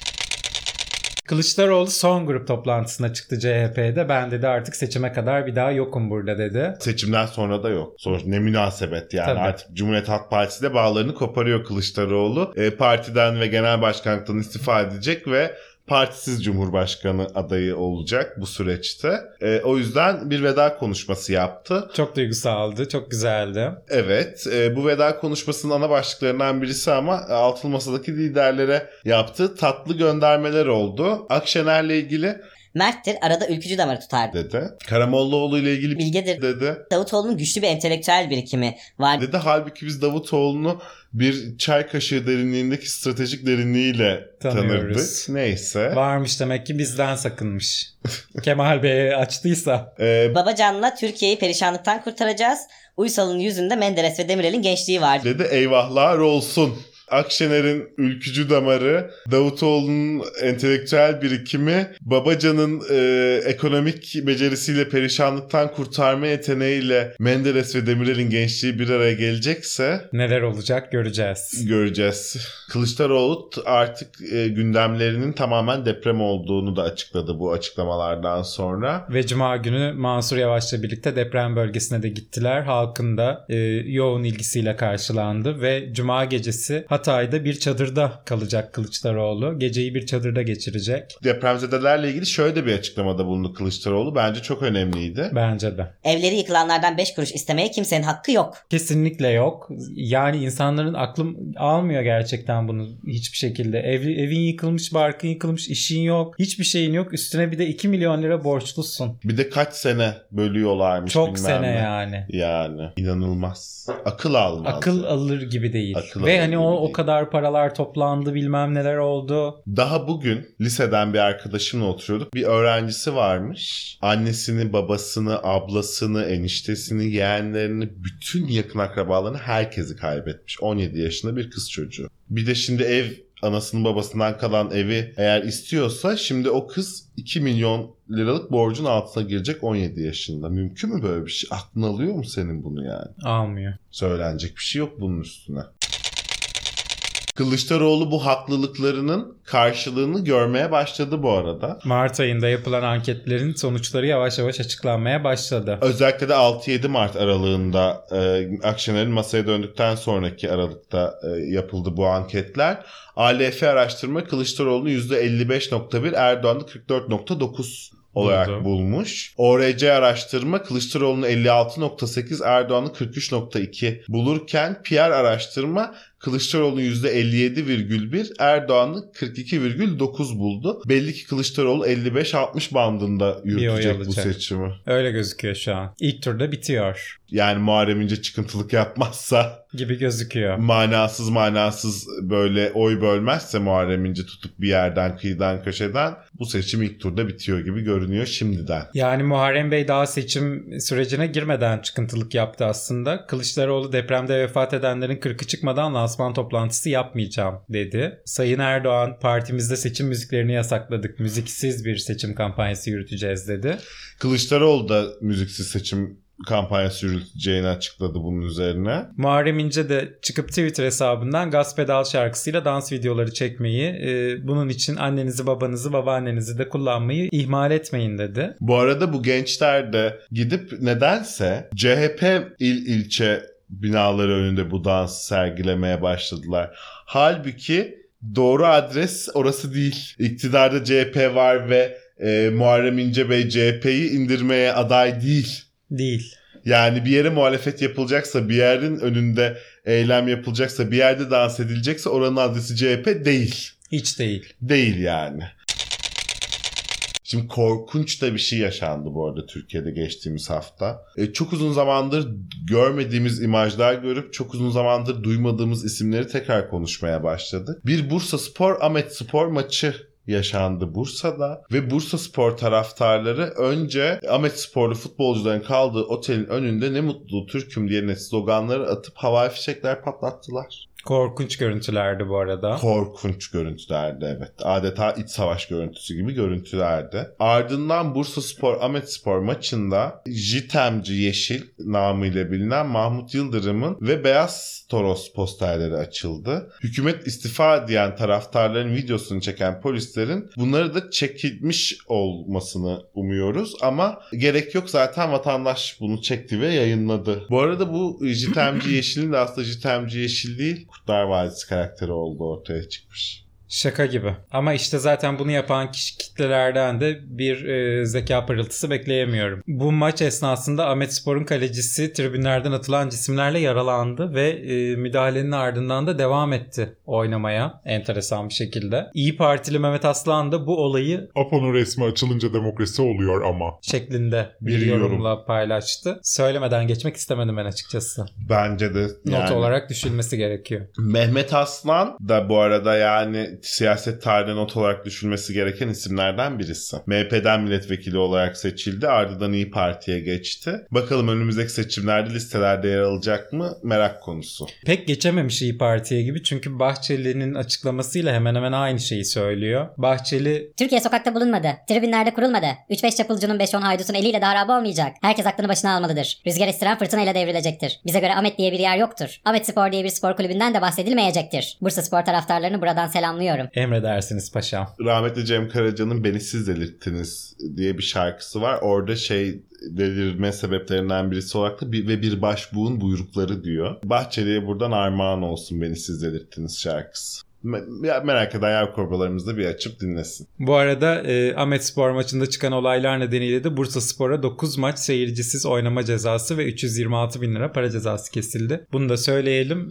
Kılıçdaroğlu son grup toplantısına çıktı CHP'de. Ben dedi artık seçime kadar bir daha yokum burada dedi. Seçimden sonra da yok. Sonuçta ne münasebet yani. Tabii. Artık Cumhuriyet Halk Partisi de bağlarını koparıyor Kılıçdaroğlu. Partiden ve genel başkanlıktan istifa edecek ve partisiz Cumhurbaşkanı adayı olacak bu süreçte. O yüzden bir veda konuşması yaptı. Çok duygusaldı, çok güzeldi. Evet, bu veda konuşmasının ana başlıklarından birisi ama altılı masadaki liderlere yaptığı tatlı göndermeler oldu. Akşener'le ilgili Mert'tir, arada ülkücü damarı tutar. dedi. Karamollaoğlu ile ilgili Bilgedir. dedi. Davutoğlu'nun güçlü bir entelektüel birikimi var. Dedi halbuki biz Davutoğlu'nu bir çay kaşığı derinliğindeki stratejik derinliğiyle Tanıyoruz. tanırdık. Neyse. Varmış demek ki bizden sakınmış. Kemal Bey'e açtıysa. Babacan'la Türkiye'yi perişanlıktan kurtaracağız. Uysal'ın yüzünde Menderes ve Demirel'in gençliği var. Dedi eyvahlar olsun. Akşener'in ülkücü damarı, Davutoğlu'nun entelektüel birikimi, Babacan'ın ekonomik becerisiyle perişanlıktan kurtarma yeteneğiyle Menderes ve Demirel'in gençliği bir araya gelecekse Neler olacak göreceğiz. göreceğiz. Kılıçdaroğlu artık gündemlerinin tamamen deprem olduğunu da açıkladı bu açıklamalardan sonra. Ve Cuma günü Mansur Yavaş'la birlikte deprem bölgesine de gittiler. Halkın da yoğun ilgisiyle karşılandı ve Cuma gecesi Hatay'da bir çadırda kalacak Kılıçdaroğlu. Geceyi bir çadırda geçirecek. Depremzedelerle ilgili şöyle de bir açıklamada bulundu Kılıçdaroğlu. Bence çok önemliydi. Bence de. Evleri yıkılanlardan 5 kuruş istemeye kimsenin hakkı yok. Kesinlikle yok. Yani insanların aklım almıyor gerçekten bunu hiçbir şekilde. Evin yıkılmış, barkın yıkılmış, işin yok. Hiçbir şeyin yok. Üstüne bir de 2 milyon lira borçlusun. Bir de kaç sene bölüyorlarmış Çok bilmem sene ne. yani. Yani inanılmaz. Akıl almaz. Akıl alır gibi değil. Akıl Ve alır hani gibi o değil. kadar paralar toplandı bilmem neler oldu. Daha bugün liseden bir arkadaşımla oturuyorduk. Bir öğrencisi varmış. Annesini, babasını, ablasını, eniştesini, yeğenlerini, bütün yakın akrabalarını herkesi kaybetmiş. 17 yaşında bir kız çocuğu. Bir de şimdi anasının babasından kalan evi eğer istiyorsa şimdi o kız 2 milyon liralık borcun altına girecek 17 yaşında. Mümkün mü böyle bir şey? Aklın alıyor mu senin bunu yani? Almıyor. Söylenecek bir şey yok bunun üstüne. Kılıçdaroğlu bu haklılıklarının karşılığını görmeye başladı bu arada. Mart ayında yapılan anketlerin sonuçları yavaş yavaş açıklanmaya başladı. Özellikle de 6-7 Mart aralığında Akşener'in masaya döndükten sonraki aralıkta yapıldı bu anketler. ALF araştırma Kılıçdaroğlu'nu %55.1, Erdoğan'ı 44.9 olarak bulmuş. ORC araştırma Kılıçdaroğlu'nu 56.8, Erdoğan'ı 43.2 bulurken PR araştırma Kılıçdaroğlu'nu %57,1, Erdoğan'ı 42,9 buldu. Belli ki Kılıçdaroğlu 55-60 bandında yürütecek bu seçimi. Öyle gözüküyor şu an. İlk turda bitiyor. Yani Muharrem İnce çıkıntılık yapmazsa gibi gözüküyor. Manasız böyle oy bölmezse Muharrem İnce tutup bir yerden, kıyıdan, köşeden bu seçim ilk turda bitiyor gibi görünüyor şimdiden. Yani Muharrem Bey daha seçim sürecine girmeden çıkıntılık yaptı aslında. Kılıçdaroğlu depremde vefat edenlerin 40'ı çıkmadan lansman toplantısı yapmayacağım dedi. Sayın Erdoğan partimizde seçim müziklerini yasakladık. Müziksiz bir seçim kampanyası yürüteceğiz dedi. Kılıçdaroğlu da müziksiz seçim kampanyası yürüteceğini açıkladı bunun üzerine. Muharrem İnce de çıkıp Twitter hesabından Gaz Pedal şarkısıyla dans videoları çekmeyi, bunun için annenizi, babanızı, babaannenizi de kullanmayı ihmal etmeyin dedi. Bu arada bu gençler de gidip nedense CHP ilçe binaları önünde bu dansı sergilemeye başladılar. Halbuki doğru adres orası değil. İktidarda CHP var ve Muharrem İnce Bey CHP'yi indirmeye aday değil. Değil. Yani bir yere muhalefet yapılacaksa, bir yerin önünde eylem yapılacaksa, bir yerde dans edilecekse oranın adresi CHP değil. Hiç değil. Değil yani. Şimdi korkunç da bir şey yaşandı bu arada Türkiye'de geçtiğimiz hafta. Çok uzun zamandır görmediğimiz imajlar görüp çok uzun zamandır duymadığımız isimleri tekrar konuşmaya başladık. Bir Bursaspor Ahmetspor maçı yaşandı Bursa'da ve Bursaspor taraftarları önce Ahmetsporlu futbolcuların kaldığı otelin önünde "ne mutlu Türk'üm" diye sloganları atıp havai fişekler patlattılar. Korkunç görüntülerdi bu arada. Korkunç görüntülerdi, evet. Adeta iç savaş görüntüsü gibi görüntülerdi. Ardından Bursaspor Ahmetspor maçında Jitemci Yeşil namıyla bilinen Mahmut Yıldırım'ın ve Beyaz Toros posterleri açıldı. Hükümet istifa diyen taraftarların videosunu çeken polislerin bunları da çekilmiş olmasını umuyoruz ama gerek yok, zaten vatandaş bunu çekti ve yayınladı. Bu arada bu Jitemci Yeşil'in de aslında Jitemci Yeşil değil, Kurtlar Vadisi karakteri olduğu ortaya çıkmış. Şaka gibi. Ama işte zaten bunu yapan kitlelerden de bir zeka pırıltısı bekleyemiyorum. Bu maç esnasında Ahmetspor'un kalecisi tribünlerden atılan cisimlerle yaralandı ve müdahalenin ardından da devam etti oynamaya enteresan bir şekilde. İyi Partili Mehmet Aslan da bu olayı Apo'nun resmi açılınca demokrasi oluyor ama şeklinde bir yorumla paylaştı. Söylemeden geçmek istemedim ben açıkçası. Bence de Not olarak düşülmesi gerekiyor. Mehmet Aslan da bu arada yani siyaset tarihine not olarak düşülmesi gereken isimlerden birisi. MHP'den milletvekili olarak seçildi. Ardından İYİ Parti'ye geçti. Bakalım önümüzdeki seçimlerde listelerde yer alacak mı? Merak konusu. Pek geçememiş İYİ Parti'ye gibi çünkü Bahçeli'nin açıklamasıyla hemen hemen aynı şeyi söylüyor. Bahçeli, Türkiye sokakta bulunmadı. Tribünlerde kurulmadı. 3-5 çapulcunun 5-10 haydutun eliyle de harap olmayacak. Herkes aklını başına almalıdır. Rüzgar estiren fırtınayla devrilecektir. Bize göre Ahmet diye bir yer yoktur. Ahmetspor diye bir spor kulübünden de bahsedilmeyecektir. Bursaspor taraftarlarını buradan selamlıyorum. emredersiniz paşam. Rahmetli Cem Karaca'nın "Beni Siz Delirttiniz" diye bir şarkısı var. Orada delirme sebeplerinden birisi olarak da bir başbuğun buyrukları diyor. Bahçeli'ye buradan armağan olsun "Beni Siz Delirttiniz" şarkısı. Merak eden yer korbalarımız da bir açıp dinlesin. Bu arada Ahmetspor maçında çıkan olaylar nedeniyle de Bursaspor'a 9 maç seyircisiz oynama cezası ve 326.000 lira para cezası kesildi. Bunu da söyleyelim.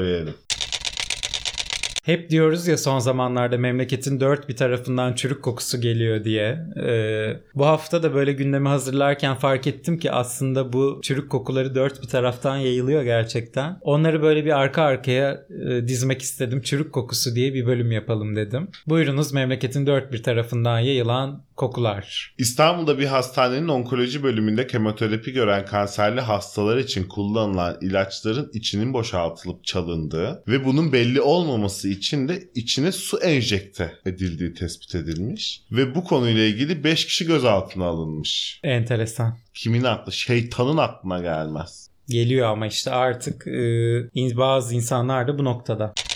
Hep diyoruz ya son zamanlarda memleketin dört bir tarafından çürük kokusu geliyor diye. Bu hafta da böyle gündemi hazırlarken fark ettim ki aslında bu çürük kokuları dört bir taraftan yayılıyor gerçekten. Onları böyle bir arka arkaya dizmek istedim. Çürük kokusu diye bir bölüm yapalım dedim. Buyurunuz memleketin dört bir tarafından yayılan kokular. İstanbul'da bir hastanenin onkoloji bölümünde kemoterapi gören kanserli hastalar için kullanılan ilaçların içinin boşaltılıp çalındığı ve bunun belli olmaması için de içine su enjekte edildiği tespit edilmiş. Ve bu konuyla ilgili 5 kişi gözaltına alınmış. Enteresan. Kimin aklı? Şeytanın aklına gelmez. Geliyor ama işte artık bazı insanlar da bu noktada.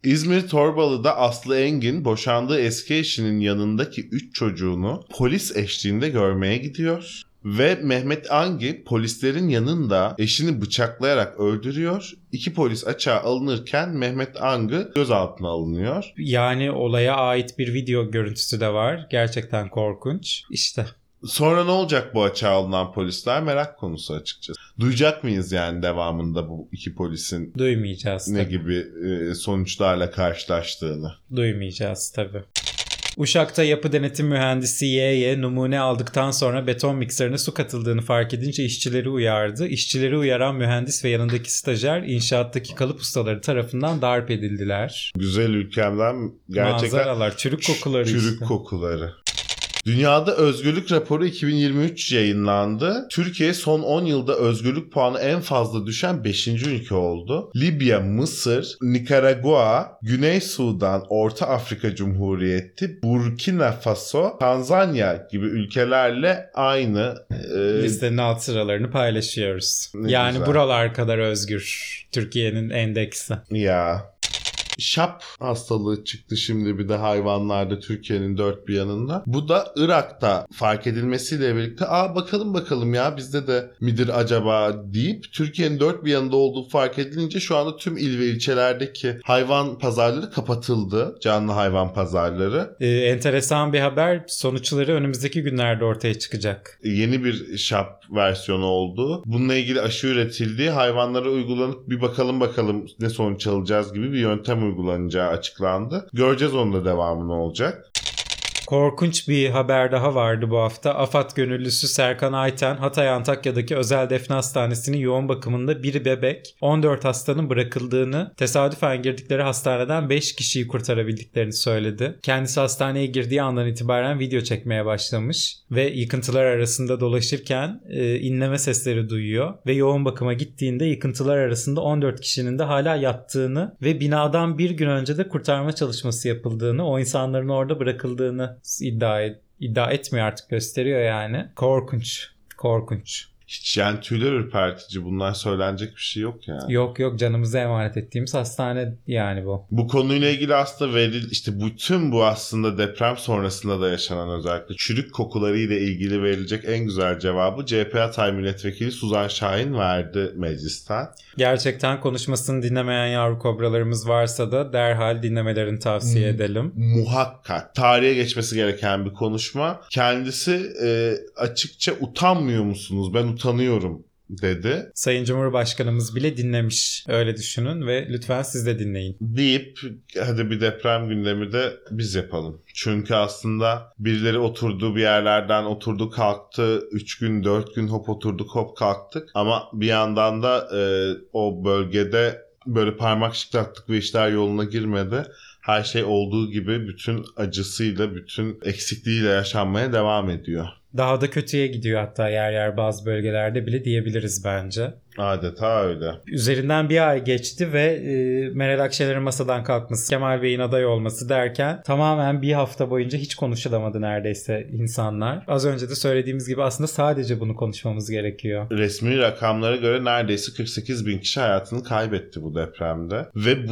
İzmir Torbalı'da Aslı Engin boşandığı eski eşinin yanındaki 3 çocuğunu polis eşliğinde görmeye gidiyor. Ve Mehmet Angi polislerin yanında eşini bıçaklayarak öldürüyor. 2 polis açığa alınırken Mehmet Angi gözaltına alınıyor. Yani olaya ait bir video görüntüsü de var. Gerçekten korkunç. İşte. Sonra ne olacak bu açığa alınan polisler? Merak konusu açıkçası. Duyacak mıyız yani devamında bu 2 polisin Duymayacağız ne tabii. gibi sonuçlarla karşılaştığını? Duymayacağız tabii. Uşak'ta yapı denetim mühendisi Y.Y. numune aldıktan sonra beton mikserine su katıldığını fark edince işçileri uyardı. İşçileri uyaran mühendis ve yanındaki stajyer inşaattaki kalıp ustaları tarafından darp edildiler. Güzel ülkemden gerçekten Manzaralar, çürük kokuları çürük işte. kokuları. Dünyada Özgürlük Raporu 2023 yayınlandı. Türkiye son 10 yılda özgürlük puanı en fazla düşen 5. ülke oldu. Libya, Mısır, Nikaragua, Güney Sudan, Orta Afrika Cumhuriyeti, Burkina Faso, Tanzanya gibi ülkelerle aynı Listenin alt sıralarını paylaşıyoruz. Ne Yani güzel. buralar kadar özgür Türkiye'nin endeksi. ya. Şap hastalığı çıktı şimdi bir de hayvanlarda Türkiye'nin dört bir yanında. Bu da Irak'ta fark edilmesiyle birlikte bakalım ya bizde de midir acaba deyip Türkiye'nin dört bir yanında olduğu fark edilince şu anda tüm il ve ilçelerdeki hayvan pazarları kapatıldı. Canlı hayvan pazarları. Enteresan bir haber. Sonuçları önümüzdeki günlerde ortaya çıkacak. Yeni bir şap versiyonu oldu. Bununla ilgili aşı üretildiği, hayvanlara uygulanıp bir bakalım ne sonuç alacağız gibi bir yöntem uygulanacağı açıklandı. Göreceğiz onun da devamı ne olacak. Korkunç bir haber daha vardı bu hafta. AFAD gönüllüsü Serkan Ayten, Hatay Antakya'daki özel defne hastanesinin yoğun bakımında bir bebek, 14 hastanın bırakıldığını, tesadüfen girdikleri hastaneden 5 kişiyi kurtarabildiklerini söyledi. Kendisi hastaneye girdiği andan itibaren video çekmeye başlamış ve yıkıntılar arasında dolaşırken inleme sesleri duyuyor ve yoğun bakıma gittiğinde yıkıntılar arasında 14 kişinin de hala yattığını ve binadan bir gün önce de kurtarma çalışması yapıldığını, o insanların orada bırakıldığını iddia etmiyor, artık gösteriyor yani. Korkunç. Hiç yani tüyler ürpertici. Bunlar söylenecek bir şey yok yani. Yok canımıza emanet ettiğimiz hastane yani bu. Bu konuyla ilgili aslında işte bütün bu aslında deprem sonrasında da yaşanan özellikle çürük kokuları ile ilgili verilecek en güzel cevabı CHP Hatay Milletvekili Suzan Şahin verdi meclisten. Gerçekten konuşmasını dinlemeyen yavru kobralarımız varsa da derhal dinlemelerini tavsiye edelim. Muhakkak. Tarihe geçmesi gereken bir konuşma. Kendisi açıkça utanmıyor musunuz? Ben utanıyorum dedi. Sayın Cumhurbaşkanımız bile dinlemiş. Öyle düşünün ve lütfen siz de dinleyin. Deyip hadi bir deprem gündemi de biz yapalım. Çünkü aslında birileri oturduğu bir yerlerden oturdu kalktı. 3 gün 4 gün hop oturduk hop kalktık. Ama bir yandan da o bölgede böyle parmak şıklattık ve işler yoluna girmedi. Her şey olduğu gibi bütün acısıyla, bütün eksikliğiyle yaşanmaya devam ediyor. Daha da kötüye gidiyor hatta yer bazı bölgelerde bile diyebiliriz bence. Adeta öyle. Üzerinden bir ay geçti ve Meral Akşener'in masadan kalkması, Kemal Bey'in aday olması derken tamamen bir hafta boyunca hiç konuşulamadı neredeyse insanlar. Az önce de söylediğimiz gibi aslında sadece bunu konuşmamız gerekiyor. Resmi rakamlara göre neredeyse 48 bin kişi hayatını kaybetti bu depremde. Ve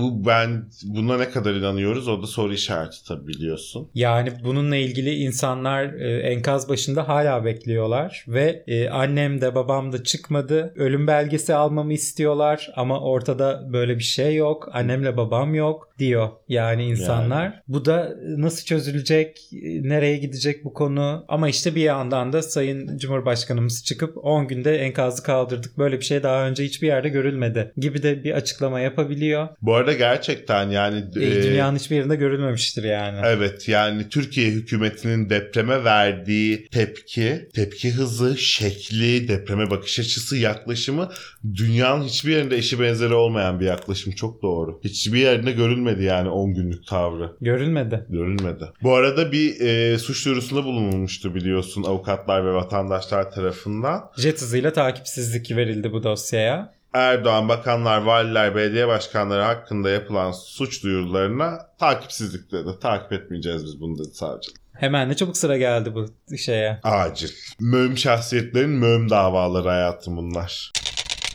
buna ne kadar inanıyoruz o da soru işareti tabii biliyorsun. Yani bununla ilgili insanlar enkaz başında hala bekliyorlar ve annem de babam da çıkmadı. Ölüm belgesi almamı istiyorlar ama ortada böyle bir şey yok. Annemle babam yok diyor yani insanlar. Yani. Bu da nasıl çözülecek? Nereye gidecek bu konu? Ama işte bir yandan da Sayın Cumhurbaşkanımız çıkıp 10 günde enkazı kaldırdık. Böyle bir şey daha önce hiçbir yerde görülmedi gibi de bir açıklama yapabiliyor. Bu arada gerçekten yani dünyanın hiçbir yerinde görülmemiştir yani. Evet yani Türkiye hükümetinin depreme verdiği tepki hızı, şekli, depreme bakış açısı, yaklaşımı dünyanın hiçbir yerinde eşi benzeri olmayan bir yaklaşım. Çok doğru. Hiçbir yerinde görülmedi yani 10 günlük tavrı. Görülmedi. Bu arada bir suç duyurusunda bulunulmuştu biliyorsun avukatlar ve vatandaşlar tarafından. Jet hızıyla takipsizlik verildi bu dosyaya. Erdoğan, bakanlar, valiler, belediye başkanları hakkında yapılan suç duyurularına takipsizlik dedi. Takip etmeyeceğiz biz bunu dedi sadece. Hemen ne çabuk sıra geldi bu şeye. Acil. Mühim şahsiyetlerin mühim davaları hayatım bunlar.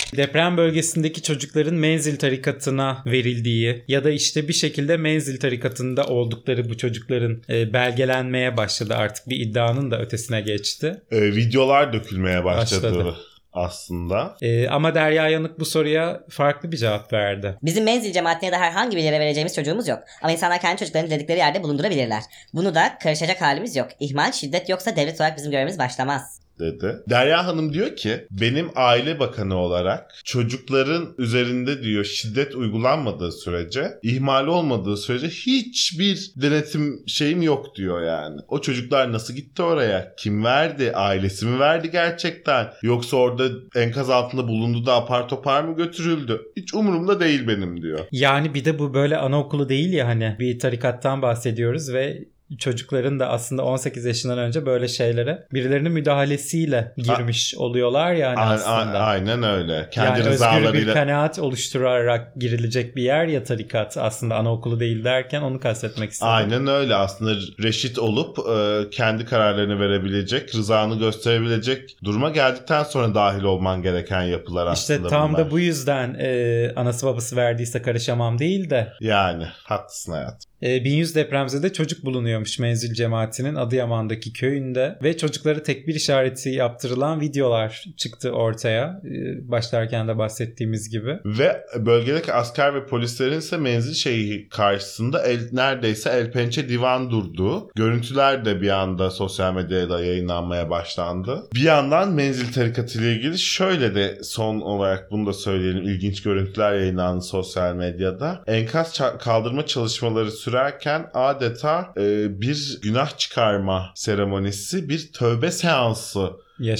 Deprem bölgesindeki çocukların menzil tarikatına verildiği ya da işte bir şekilde menzil tarikatında oldukları bu çocukların belgelenmeye başladı. Artık bir iddianın da ötesine geçti. Videolar dökülmeye başladı. Aslında. Ama Derya Yanık bu soruya farklı bir cevap verdi. Bizim menzil cemaatine ya da herhangi bir yere vereceğimiz çocuğumuz yok. Ama insanlar kendi çocuklarını diledikleri yerde bulundurabilirler. Bunu da karışacak halimiz yok. İhmal, şiddet yoksa devlet olarak bizim görevimiz başlamaz. Dedi. Derya Hanım diyor ki benim aile bakanı olarak çocukların üzerinde diyor şiddet uygulanmadığı sürece, ihmal olmadığı sürece hiçbir denetim şeyim yok diyor yani. O çocuklar nasıl gitti oraya? Kim verdi? Ailesi mi verdi gerçekten? Yoksa orada enkaz altında bulundu da apar topar mı götürüldü? Hiç umurumda değil benim diyor. Yani bir de bu böyle anaokulu değil ya, hani bir tarikattan bahsediyoruz ve çocukların da aslında 18 yaşından önce böyle şeylere birilerinin müdahalesiyle girmiş oluyorlar yani aslında. Aynen öyle. Kendi yani rızalarıyla. özgür bir kanaat oluşturarak girilecek bir yer ya tarikat, aslında anaokulu değil derken onu kastetmek istedim. Aynen öyle, aslında reşit olup kendi kararlarını verebilecek, rızanı gösterebilecek duruma geldikten sonra dahil olman gereken yapılar aslında İşte tam bunlar. da bu yüzden anası babası verdiyse karışamam değil de. Yani haklısın hayatım. 1100 depremzede çocuk bulunuyormuş menzil cemaatinin Adıyaman'daki köyünde ve çocuklara tekbir işareti yaptırılan videolar çıktı ortaya. Başlarken de bahsettiğimiz gibi. Ve bölgedeki asker ve polislerin ise menzil şeyi karşısında neredeyse el pençe divan durduğu görüntüler de bir anda sosyal medyada yayınlanmaya başlandı. Bir yandan menzil tarikatı ile ilgili şöyle de son olarak bunu da söyleyelim. İlginç görüntüler yayınlandı sosyal medyada. Enkaz kaldırma çalışmaları sürerken adeta bir günah çıkarma seremonisi, bir tövbe seansı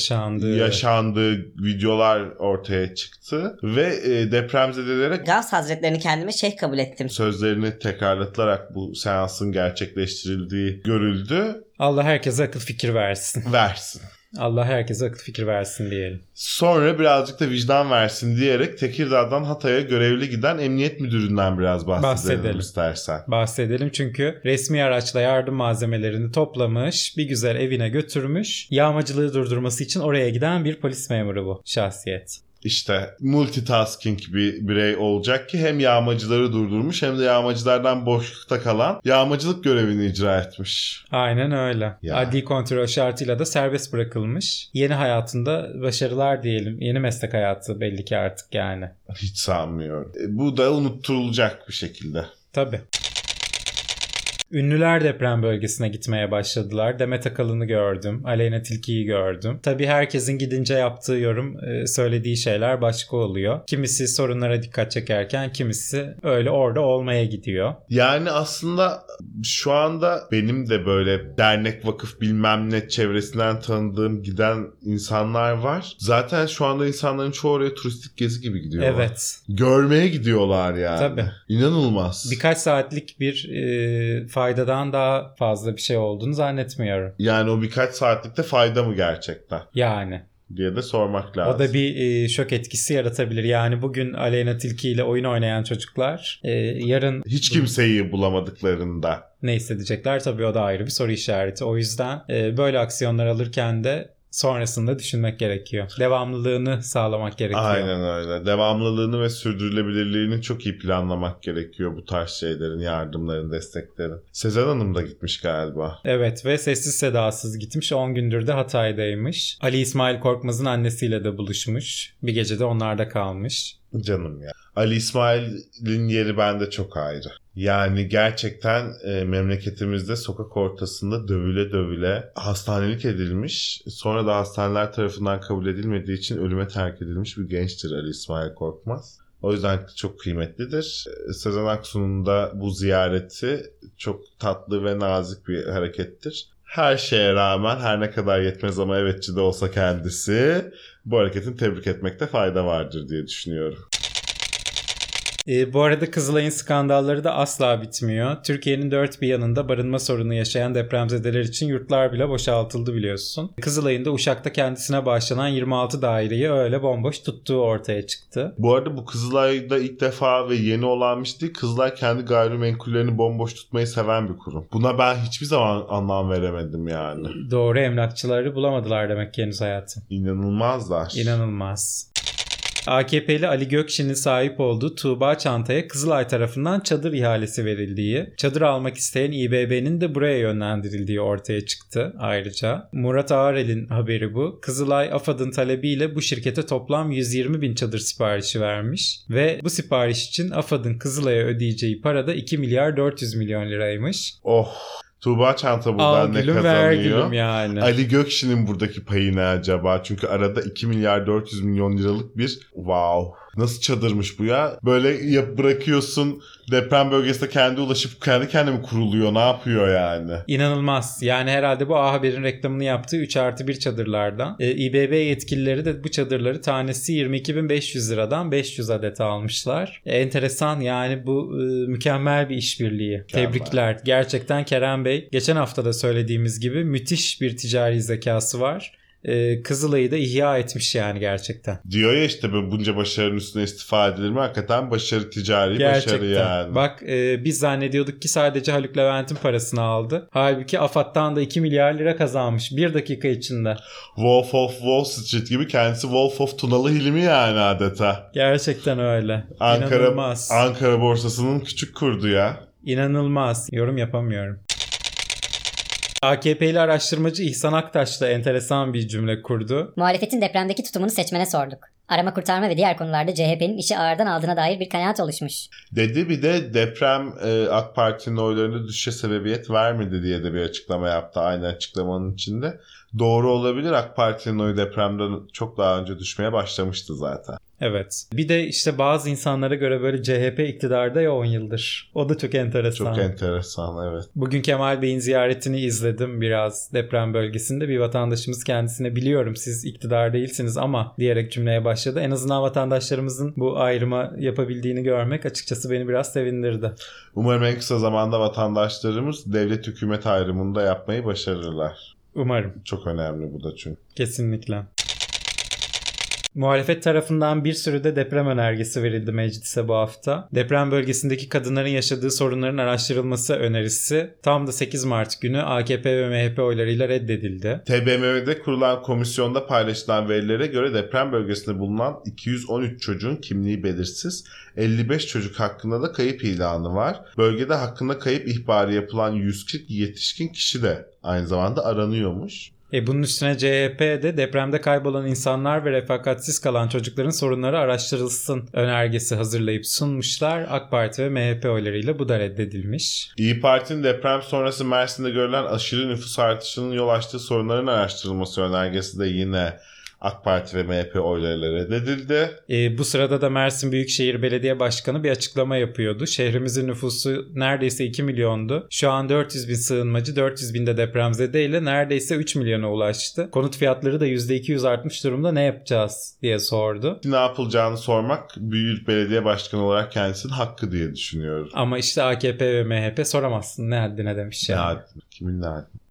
yaşandığı videolar ortaya çıktı ve depremzedelere Gavs Hazretlerini kendime şeyh kabul ettim sözlerini tekrarlatılarak bu seansın gerçekleştirildiği görüldü. Allah herkese akıl fikir versin. Allah herkese akıl fikir versin diyelim. Sonra birazcık da vicdan versin diyerek Tekirdağ'dan Hatay'a görevli giden emniyet müdüründen biraz bahsedelim istersen. Bahsedelim çünkü resmi araçla yardım malzemelerini toplamış, bir güzel evine götürmüş. Yağmacılığı durdurması için oraya giden bir polis memuru bu şahsiyet. İşte multitasking bir birey olacak ki hem yağmacıları durdurmuş hem de yağmacılardan boşlukta kalan yağmacılık görevini icra etmiş. Aynen öyle. Ya. Adli kontrol şartıyla da serbest bırakılmış. Yeni hayatında başarılar diyelim. Yeni meslek hayatı belli ki artık yani. Hiç sanmıyorum. Bu da unutturulacak bir şekilde. Tabii. Ünlüler deprem bölgesine gitmeye başladılar. Demet Akalın'ı gördüm. Aleyna Tilki'yi gördüm. Tabii herkesin gidince yaptığı yorum, söylediği şeyler başka oluyor. Kimisi sorunlara dikkat çekerken kimisi öyle orada olmaya gidiyor. Yani aslında şu anda benim de böyle dernek, vakıf bilmem ne çevresinden tanıdığım giden insanlar var. Zaten şu anda insanların çoğu oraya turistik gezi gibi gidiyorlar. Evet. Görmeye gidiyorlar yani. Tabii. İnanılmaz. Birkaç saatlik bir faydadan daha fazla bir şey olduğunu zannetmiyorum. Yani o birkaç saatlikte fayda mı gerçekten? Yani. Diye de sormak lazım. O da bir şok etkisi yaratabilir. Yani bugün Aleyna Tilki ile oyun oynayan çocuklar yarın hiç kimseyi bulamadıklarında ne hissedecekler? Tabii o da ayrı bir soru işareti. O yüzden böyle aksiyonlar alırken de sonrasında düşünmek gerekiyor. Devamlılığını sağlamak gerekiyor. Aynen öyle. Devamlılığını ve sürdürülebilirliğini çok iyi planlamak gerekiyor bu tarz şeylerin, yardımların, desteklerin. Sezen Hanım da gitmiş galiba. Evet ve sessiz sedasız gitmiş. 10 gündür de Hatay'daymış. Ali İsmail Korkmaz'ın annesiyle de buluşmuş. Bir gece de onlarda kalmış. Canım ya. Ali İsmail'in yeri bende çok ayrı. Yani gerçekten memleketimizde sokak ortasında dövüle dövüle hastanelik edilmiş. Sonra da hastaneler tarafından kabul edilmediği için ölüme terk edilmiş bir gençtir Ali İsmail Korkmaz. O yüzden çok kıymetlidir. Sezen Aksu'nun da bu ziyareti çok tatlı ve nazik bir harekettir. Her şeye rağmen, her ne kadar yetmez ama evetçi de olsa kendisi, bu hareketin tebrik etmekte fayda vardır diye düşünüyorum. Bu arada Kızılay'ın skandalları da asla bitmiyor. Türkiye'nin dört bir yanında barınma sorunu yaşayan depremzedeler için yurtlar bile boşaltıldı biliyorsun. Kızılay'ın da Uşak'ta kendisine bağışlanan 26 daireyi öyle bomboş tuttuğu ortaya çıktı. Bu arada bu Kızılay'da ilk defa ve yeni olanmış değil. Kızılay kendi gayrimenkullerini bomboş tutmayı seven bir kurum. Buna ben hiçbir zaman anlam veremedim yani. Doğru emlakçıları bulamadılar demek ki henüz hayatım. İnanılmazlar. İnanılmaz. AKP'li Ali Gökşin'in sahip olduğu Tuğba Çanta'ya Kızılay tarafından çadır ihalesi verildiği, çadır almak isteyen İBB'nin de buraya yönlendirildiği ortaya çıktı ayrıca. Murat Ağarel'in haberi bu. Kızılay AFAD'ın talebiyle bu şirkete toplam 120 bin çadır siparişi vermiş ve bu sipariş için AFAD'ın Kızılay'a ödeyeceği para da 2 milyar 400 milyon liraymış. Oh. Tuğba Çanta buradan Al ne gülüm ver kazanıyor? gülüm yani. Ali Gökşin'in buradaki payı ne acaba? Çünkü arada 2 milyar 400 milyon liralık bir wow. Nasıl çadırmış bu ya? Böyle bırakıyorsun, deprem bölgesinde kendi ulaşıp kendi kendine kuruluyor? Ne yapıyor yani? İnanılmaz. Yani herhalde bu A Haber'in reklamını yaptığı 3+1 çadırlardan. İBB yetkilileri de bu çadırları tanesi 22.500 liradan 500 adet almışlar. Enteresan yani bu mükemmel bir işbirliği. Mükemmel. Tebrikler. Gerçekten Kerem Bey geçen hafta da söylediğimiz gibi müthiş bir ticari zekası var. Kızılay'ı da ihya etmiş yani gerçekten. Diyor ya işte bunca başarının üstüne istifa edilir mi? Hakikaten başarı, ticari Gerçekten. başarı yani. Bak biz zannediyorduk ki sadece Haluk Levent'in parasını aldı. Halbuki AFAD'dan da 2 milyar lira kazanmış 1 dakika içinde. Wolf of Wall Street gibi kendisi Wolf of Tunalı Hilmi yani adeta. Gerçekten öyle. İnanılmaz. Ankara borsasının küçük kurdu ya. İnanılmaz. Yorum yapamıyorum. AKP'li araştırmacı İhsan Aktaş da enteresan bir cümle kurdu. Muhalefetin depremdeki tutumunu seçmene sorduk. Arama kurtarma ve diğer konularda CHP'nin işi ağırdan aldığına dair bir kanaat oluşmuş. Dedi bir de deprem AK Parti'nin oylarında düşüşe sebebiyet vermedi diye de bir açıklama yaptı aynı açıklamanın içinde. Doğru olabilir, AK Parti'nin oyu depremden çok daha önce düşmeye başlamıştı zaten. Evet. Bir de işte bazı insanlara göre böyle CHP iktidarda ya 10 yıldır. O da çok enteresan. Çok enteresan, evet. Bugün Kemal Bey'in ziyaretini izledim biraz deprem bölgesinde. Bir vatandaşımız kendisine biliyorum siz iktidar değilsiniz ama diyerek cümleye başladı. En azından vatandaşlarımızın bu ayrıma yapabildiğini görmek açıkçası beni biraz sevindirdi. Umarım en kısa zamanda vatandaşlarımız devlet hükümet ayrımını da yapmayı başarırlar. Umarım. Çok önemli bu da çünkü. Kesinlikle. Muhalefet tarafından bir sürü de deprem önergesi verildi meclise bu hafta. Deprem bölgesindeki kadınların yaşadığı sorunların araştırılması önerisi tam da 8 Mart günü AKP ve MHP oylarıyla reddedildi. TBMM'de kurulan komisyonda paylaşılan verilere göre deprem bölgesinde bulunan 213 çocuğun kimliği belirsiz, 55 çocuk hakkında da kayıp ilanı var. Bölgede hakkında kayıp ihbarı yapılan 140 yetişkin kişi de aynı zamanda aranıyormuş. Bunun üstüne CHP de depremde kaybolan insanlar ve refakatsiz kalan çocukların sorunları araştırılsın önergesi hazırlayıp sunmuşlar. AK Parti ve MHP oylarıyla bu da reddedilmiş. İYİ Parti'nin deprem sonrası Mersin'de görülen aşırı nüfus artışının yol açtığı sorunların araştırılması önergesi de yine AK Parti ve MHP oylarıyla reddedildi. Bu sırada da Mersin Büyükşehir Belediye Başkanı bir açıklama yapıyordu. Şehrimizin nüfusu neredeyse 2 milyondu. Şu an 400 bin sığınmacı, 400 bin de depremzede ile neredeyse 3 milyona ulaştı. Konut fiyatları da %200 artmış durumda, ne yapacağız diye sordu. Ne yapılacağını sormak büyük belediye başkanı olarak kendisinin hakkı diye düşünüyorum. Ama işte AKP ve MHP soramazsın. Ne haddine demiş yani. Ne haddine? Kimin ne haddine?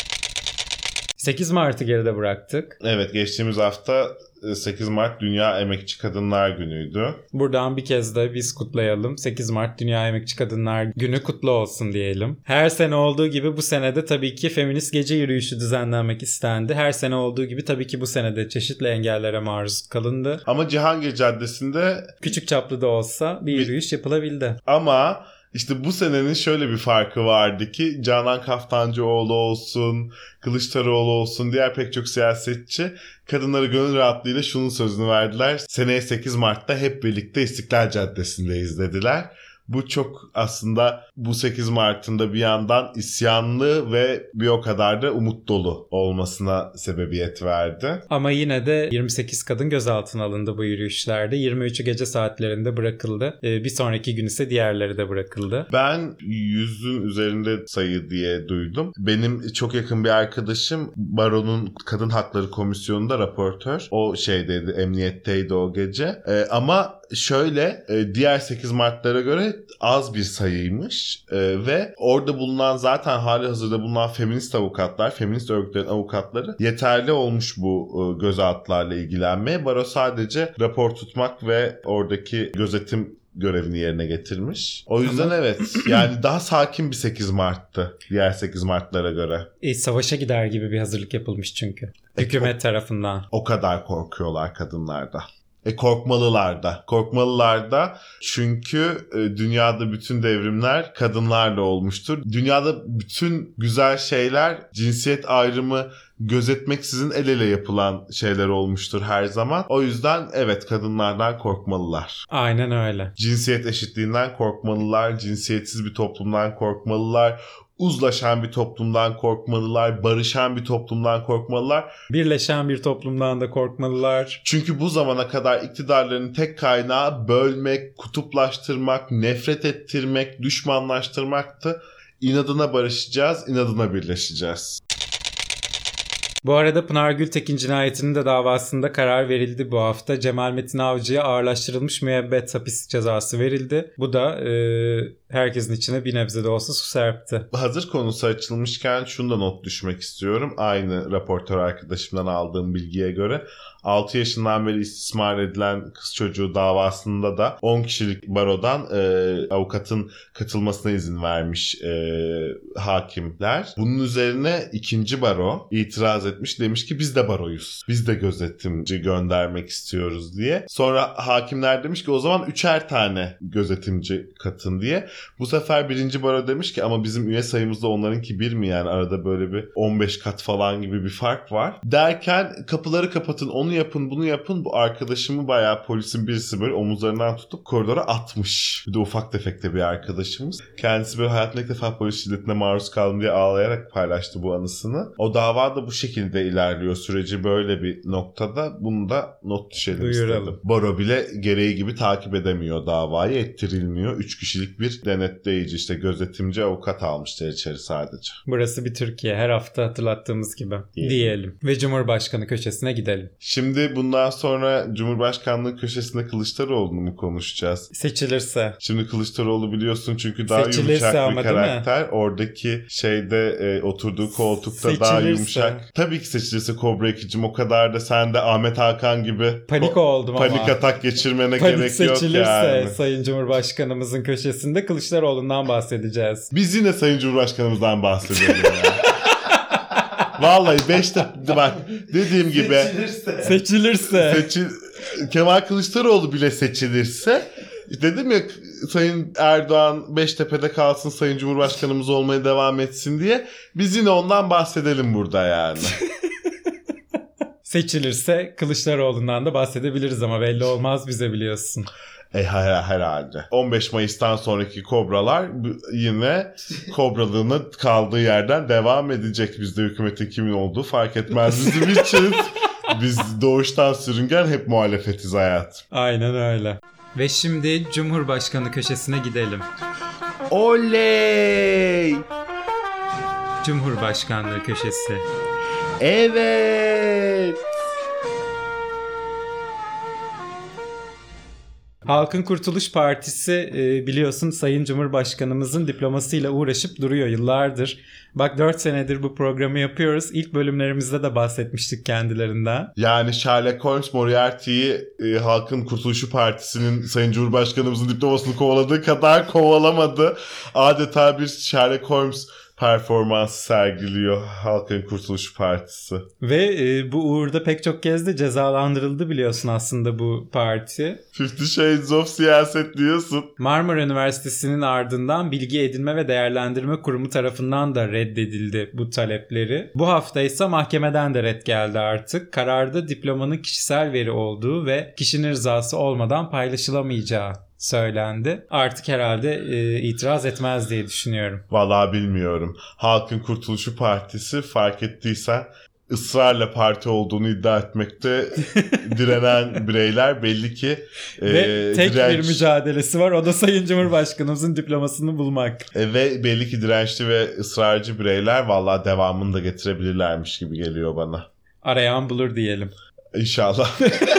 8 Mart'ı geride bıraktık. Evet, geçtiğimiz hafta 8 Mart Dünya Emekçi Kadınlar Günü'ydü. Buradan bir kez de biz kutlayalım. 8 Mart Dünya Emekçi Kadınlar Günü kutlu olsun diyelim. Her sene olduğu gibi bu senede tabii ki feminist gece yürüyüşü düzenlenmek istendi. Her sene olduğu gibi tabii ki bu senede çeşitli engellere maruz kalındı. Ama Cihangir Caddesi'nde Küçük çaplı da olsa bir yürüyüş yapılabildi. ama İşte bu senenin şöyle bir farkı vardı ki Canan Kaftancıoğlu olsun, Kılıçdaroğlu olsun, diğer pek çok siyasetçi kadınlara gönül rahatlığıyla şunun sözünü verdiler. Seneye 8 Mart'ta hep birlikte İstiklal Caddesi'ndeyiz dediler. Bu çok aslında bu 8 Mart'ın da bir yandan isyanlı ve bir o kadar da umut dolu olmasına sebebiyet verdi. Ama yine de 28 kadın gözaltına alındı bu yürüyüşlerde. 23'ü gece saatlerinde bırakıldı. Bir sonraki gün ise diğerleri de bırakıldı. Ben 100'ün üzerinde sayı diye duydum. Benim çok yakın bir arkadaşım Baro'nun Kadın Hakları Komisyonu'nda raportör. O şeydeydi, emniyetteydi o gece. Ama şöyle diğer 8 Mart'lara göre az bir sayıymış ve orada bulunan zaten hali hazırda bulunan feminist avukatlar, feminist örgütlerin avukatları yeterli olmuş bu gözaltılarla ilgilenmeye. Baro sadece rapor tutmak ve oradaki gözetim görevini yerine getirmiş. O yüzden evet yani daha sakin bir 8 Mart'tı diğer 8 Mart'lara göre. Savaşa gider gibi bir hazırlık yapılmış çünkü. Hükümet tarafından. O kadar korkuyorlar kadınlarda. Korkmalılar da. Korkmalılar da çünkü dünyada bütün devrimler kadınlarla olmuştur. Dünyada bütün güzel şeyler cinsiyet ayrımı gözetmeksizin el ele yapılan şeyler olmuştur her zaman. O yüzden evet, kadınlardan korkmalılar. Aynen öyle. Cinsiyet eşitliğinden korkmalılar, cinsiyetsiz bir toplumdan korkmalılar, uzlaşan bir toplumdan korkmalılar, barışan bir toplumdan korkmalılar. Birleşen bir toplumdan da korkmalılar. Çünkü bu zamana kadar iktidarların tek kaynağı bölmek, kutuplaştırmak, nefret ettirmek, düşmanlaştırmaktı. İnadına barışacağız, inadına birleşeceğiz. Bu arada Pınar Gültekin cinayetinin de davasında karar verildi bu hafta. Cemal Metin Avcı'ya ağırlaştırılmış müebbet hapis cezası verildi. Bu da herkesin içine bir nebze de olsa su serpti. Hazır konusu açılmışken şunu da not düşmek istiyorum. Aynı raportör arkadaşımdan aldığım bilgiye göre 6 yaşından beri istismar edilen kız çocuğu davasında da 10 kişilik barodan avukatın katılmasına izin vermiş hakimler. Bunun üzerine ikinci baro itiraz etmiş. Demiş ki biz de baroyuz. Biz de gözetimci göndermek istiyoruz diye. Sonra hakimler demiş ki o zaman 3'er tane gözetimci katın diye. Bu sefer birinci baro demiş ki ama bizim üye sayımızda onlarınki bir mi, yani arada böyle bir 15 kat falan gibi bir fark var. Derken kapıları kapatın, onu yapın, bunu yapın. Bu arkadaşımı bayağı polisin birisi böyle omuzlarından tutup koridora atmış. Bir de ufak tefek de bir arkadaşımız. Kendisi böyle hayatında ilk defa polis şiddetine maruz kaldım diye ağlayarak paylaştı bu anısını. O dava da bu şekilde ilerliyor. Süreci böyle bir noktada. Bunu da not düşelim istedim. Baro bile gereği gibi takip edemiyor davayı. Ettirilmiyor. 3 kişilik bir denetleyici, işte gözetimci avukat almışlar içeri sadece. Burası bir Türkiye. Her hafta hatırlattığımız gibi. Diyelim. Ve Cumhurbaşkanı köşesine gidelim. Şimdi bundan sonra Cumhurbaşkanlığı köşesinde Kılıçdaroğlu'nu mu konuşacağız? Seçilirse. Şimdi Kılıçdaroğlu biliyorsun çünkü daha Seçilirse yumuşak bir ama, karakter. Oradaki şeyde oturduğu koltukta Seçilirse. daha yumuşak. Tabii ki seçilirse Kobra Ekicim, o kadar da sen de Ahmet Hakan gibi panik oldum ama. Panik atak geçirmene Panik gerek yok seçilirse yani. Sayın Cumhurbaşkanımızın köşesinde Kılıçdaroğlu'ndan bahsedeceğiz. Biz yine Sayın Cumhurbaşkanımızdan bahsedelim ya. Vallahi 5'te bak dediğim gibi Seçilirse. Kemal Kılıçdaroğlu bile seçilirse, dedim ya Sayın Erdoğan Beştepe'de kalsın, Sayın Cumhurbaşkanımız olmaya devam etsin diye, biz yine ondan bahsedelim burada yani. Seçilirse Kılıçdaroğlu'ndan da bahsedebiliriz ama belli olmaz bize, biliyorsun. Herhalde. 15 Mayıs'tan sonraki kobralar yine kobralığına kaldığı yerden devam edecek. Bizde hükümetin kimin olduğu fark etmez bizim için. Biz doğuştan sürüngen, hep muhalefetiz hayat. Aynen öyle. Ve şimdi Cumhurbaşkanı köşesine gidelim. Oley! Cumhurbaşkanlığı köşesi. Evet! Halkın Kurtuluş Partisi biliyorsun Sayın Cumhurbaşkanımızın diplomasıyla uğraşıp duruyor yıllardır. Bak 4 senedir bu programı yapıyoruz. İlk bölümlerimizde de bahsetmiştik kendilerinden. Yani Sherlock Holmes Moriarty'yi Halkın Kurtuluşu Partisi'nin Sayın Cumhurbaşkanımızın diplomasını kovaladığı kadar kovalamadı. Adeta bir Sherlock Holmes performansı sergiliyor Halkın Kurtuluş Partisi. Ve bu uğurda pek çok kez de cezalandırıldı biliyorsun aslında bu parti. 50 Shades of siyaset diyorsun. Marmara Üniversitesi'nin ardından Bilgi Edinme ve Değerlendirme Kurumu tarafından da reddedildi bu talepleri. Bu hafta ise mahkemeden de red geldi artık. Kararda diplomanın kişisel veri olduğu ve kişinin rızası olmadan paylaşılamayacağı söylendi. Artık herhalde itiraz etmez diye düşünüyorum. Vallahi bilmiyorum. Halkın Kurtuluşu Partisi, fark ettiysen, ısrarla parti olduğunu iddia etmekte direnen bireyler belli ki ve tek bir mücadelesi var, o da Sayın Cumhurbaşkanımızın diplomasını bulmak. Ve belli ki dirençli ve ısrarcı bireyler vallahi devamını da getirebilirlermiş gibi geliyor bana. Arayan bulur diyelim. İnşallah.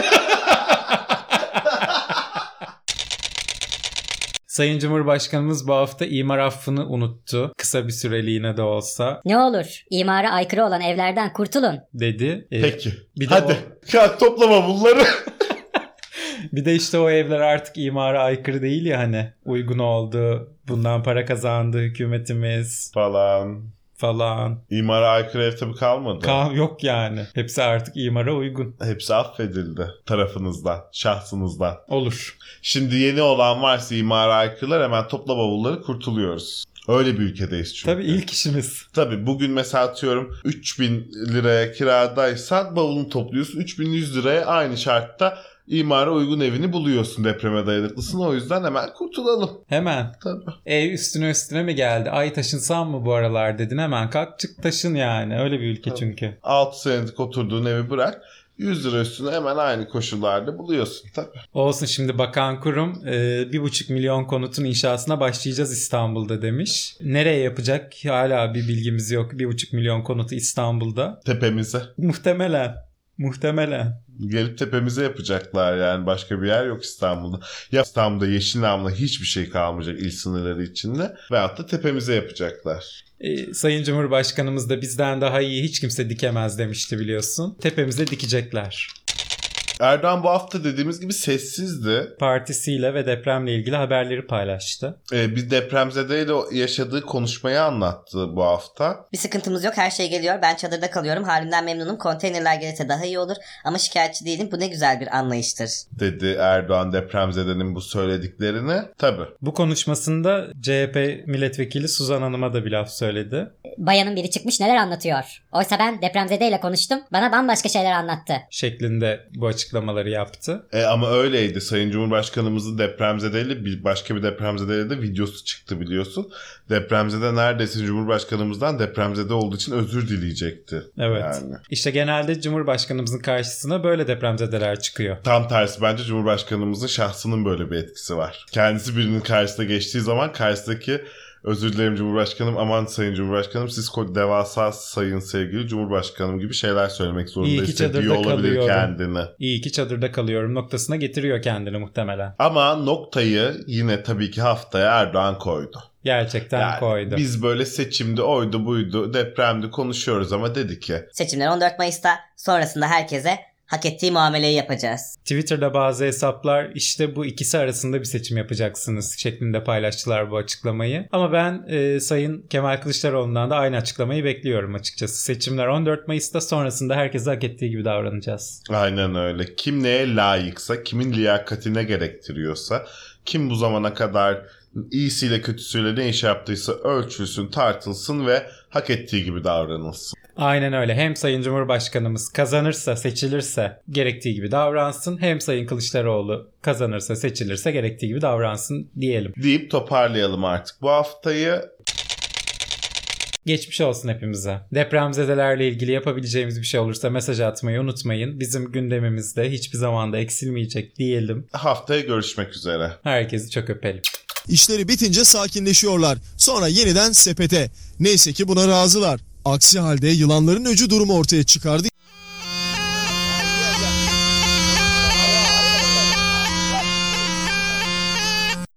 Sayın Cumhurbaşkanımız bu hafta imar affını unuttu. Kısa bir süreliğine de olsa. Ne olur imara aykırı olan evlerden kurtulun Dedi. Peki. Bir de hadi. Kalk toplama bunları. Bir de işte o evler artık imara aykırı değil ya, hani uygun oldu. Bundan para kazandı hükümetimiz. falan. İmara aykırı ev tabii kalmadı. Yok yani. Hepsi artık imara uygun. Hepsi affedildi tarafınızdan, şahsınızdan. Olur. Şimdi yeni olan varsa imara aykırılar, hemen topla bavulları, kurtuluyoruz. Öyle bir ülkedeyiz çünkü. Tabii ilk işimiz. Tabii bugün mesela atıyorum 3.000 liraya kiradaysan bavulunu topluyorsun. 3.100 liraya aynı şartta imara uygun evini buluyorsun, depreme dayanıklısın. O yüzden hemen kurtulalım. Hemen. Tabii. Ev üstüne mi geldi? Ay taşınsam mı bu aralar dedin. Hemen kalk çık taşın yani. Öyle bir ülke çünkü. 6 senelik oturduğun evi bırak. 100 lira üstüne hemen aynı koşullarda buluyorsun tabii. Olsun, şimdi bakan kurum 1,5 milyon konutun inşasına başlayacağız İstanbul'da demiş. Nereye yapacak? Hala bir bilgimiz yok. 1,5 milyon konutu İstanbul'da. Tepemize. Muhtemelen. Gelip tepemize yapacaklar yani. Başka bir yer yok İstanbul'da. Ya İstanbul'da yeşil namla hiçbir şey kalmayacak il sınırları içinde. Veyahut da tepemize yapacaklar. Sayın Cumhurbaşkanımız da bizden daha iyi hiç kimse dikemez demişti biliyorsun. Tepemize dikecekler. Erdoğan bu hafta dediğimiz gibi sessizdi. Partisiyle ve depremle ilgili haberleri paylaştı. Bir depremzedeyle yaşadığı konuşmayı anlattı bu hafta. Bir sıkıntımız yok, her şey geliyor. Ben çadırda kalıyorum. Halimden memnunum. Konteynerler gelirse daha iyi olur. Ama şikayetçi değilim. Bu ne güzel bir anlayıştır. Dedi Erdoğan depremzedenin bu söylediklerini. Tabii. Bu konuşmasında CHP milletvekili Suzan Hanım'a da bir laf söyledi. Bayanın biri çıkmış neler anlatıyor. Oysa ben depremzedeyle konuştum. Bana bambaşka şeyler anlattı. Şeklinde bu açıklamaları yaptı. Ama öyleydi. Sayın Cumhurbaşkanımızın depremzedeyle başka bir depremzedeyle de videosu çıktı biliyorsun. Depremzede neredeyse Cumhurbaşkanımızdan depremzede olduğu için özür dileyecekti. Evet. Yani. İşte genelde Cumhurbaşkanımızın karşısına böyle depremzedeler çıkıyor. Tam tersi, bence Cumhurbaşkanımızın şahsının böyle bir etkisi var. Kendisi birinin karşısına geçtiği zaman karşıdaki özür dilerim Cumhurbaşkanım, aman sayın Cumhurbaşkanım, siz devasa sayın sevgili Cumhurbaşkanım gibi şeyler söylemek zorunda hissediyor olabilir kendini. İyi ki çadırda kalıyorum noktasına getiriyor kendini muhtemelen. Ama noktayı yine tabii ki haftaya Erdoğan koydu. Gerçekten yani koydu. Biz böyle seçimde oydu buydu depremde konuşuyoruz ama dedi ki Seçimler 14 Mayıs'ta, sonrasında herkese hak ettiği muameleyi yapacağız. Twitter'da bazı hesaplar işte bu ikisi arasında bir seçim yapacaksınız şeklinde paylaştılar bu açıklamayı. Ama ben Sayın Kemal Kılıçdaroğlu'ndan da aynı açıklamayı bekliyorum açıkçası. Seçimler 14 Mayıs'ta, sonrasında herkese hak ettiği gibi davranacağız. Aynen öyle. Kim neye layıksa, kimin liyakatine gerektiriyorsa, kim bu zamana kadar iyisiyle kötüsüyle ne iş yaptıysa ölçülsün, tartılsın ve hak ettiği gibi davranılsın. Aynen öyle. Hem Sayın Cumhurbaşkanımız kazanırsa, seçilirse gerektiği gibi davransın. Hem Sayın Kılıçdaroğlu kazanırsa, seçilirse gerektiği gibi davransın diyelim. Deyip toparlayalım artık bu haftayı. Geçmiş olsun hepimize. Depremzedelerle ilgili yapabileceğimiz bir şey olursa mesaj atmayı unutmayın. Bizim gündemimizde hiçbir zaman da eksilmeyecek diyelim. Haftaya görüşmek üzere. Herkesi çok öpelim. İşleri bitince sakinleşiyorlar. Sonra yeniden sepete. Neyse ki buna razılar. Aksi halde yılanların öcü durumu ortaya çıkardı.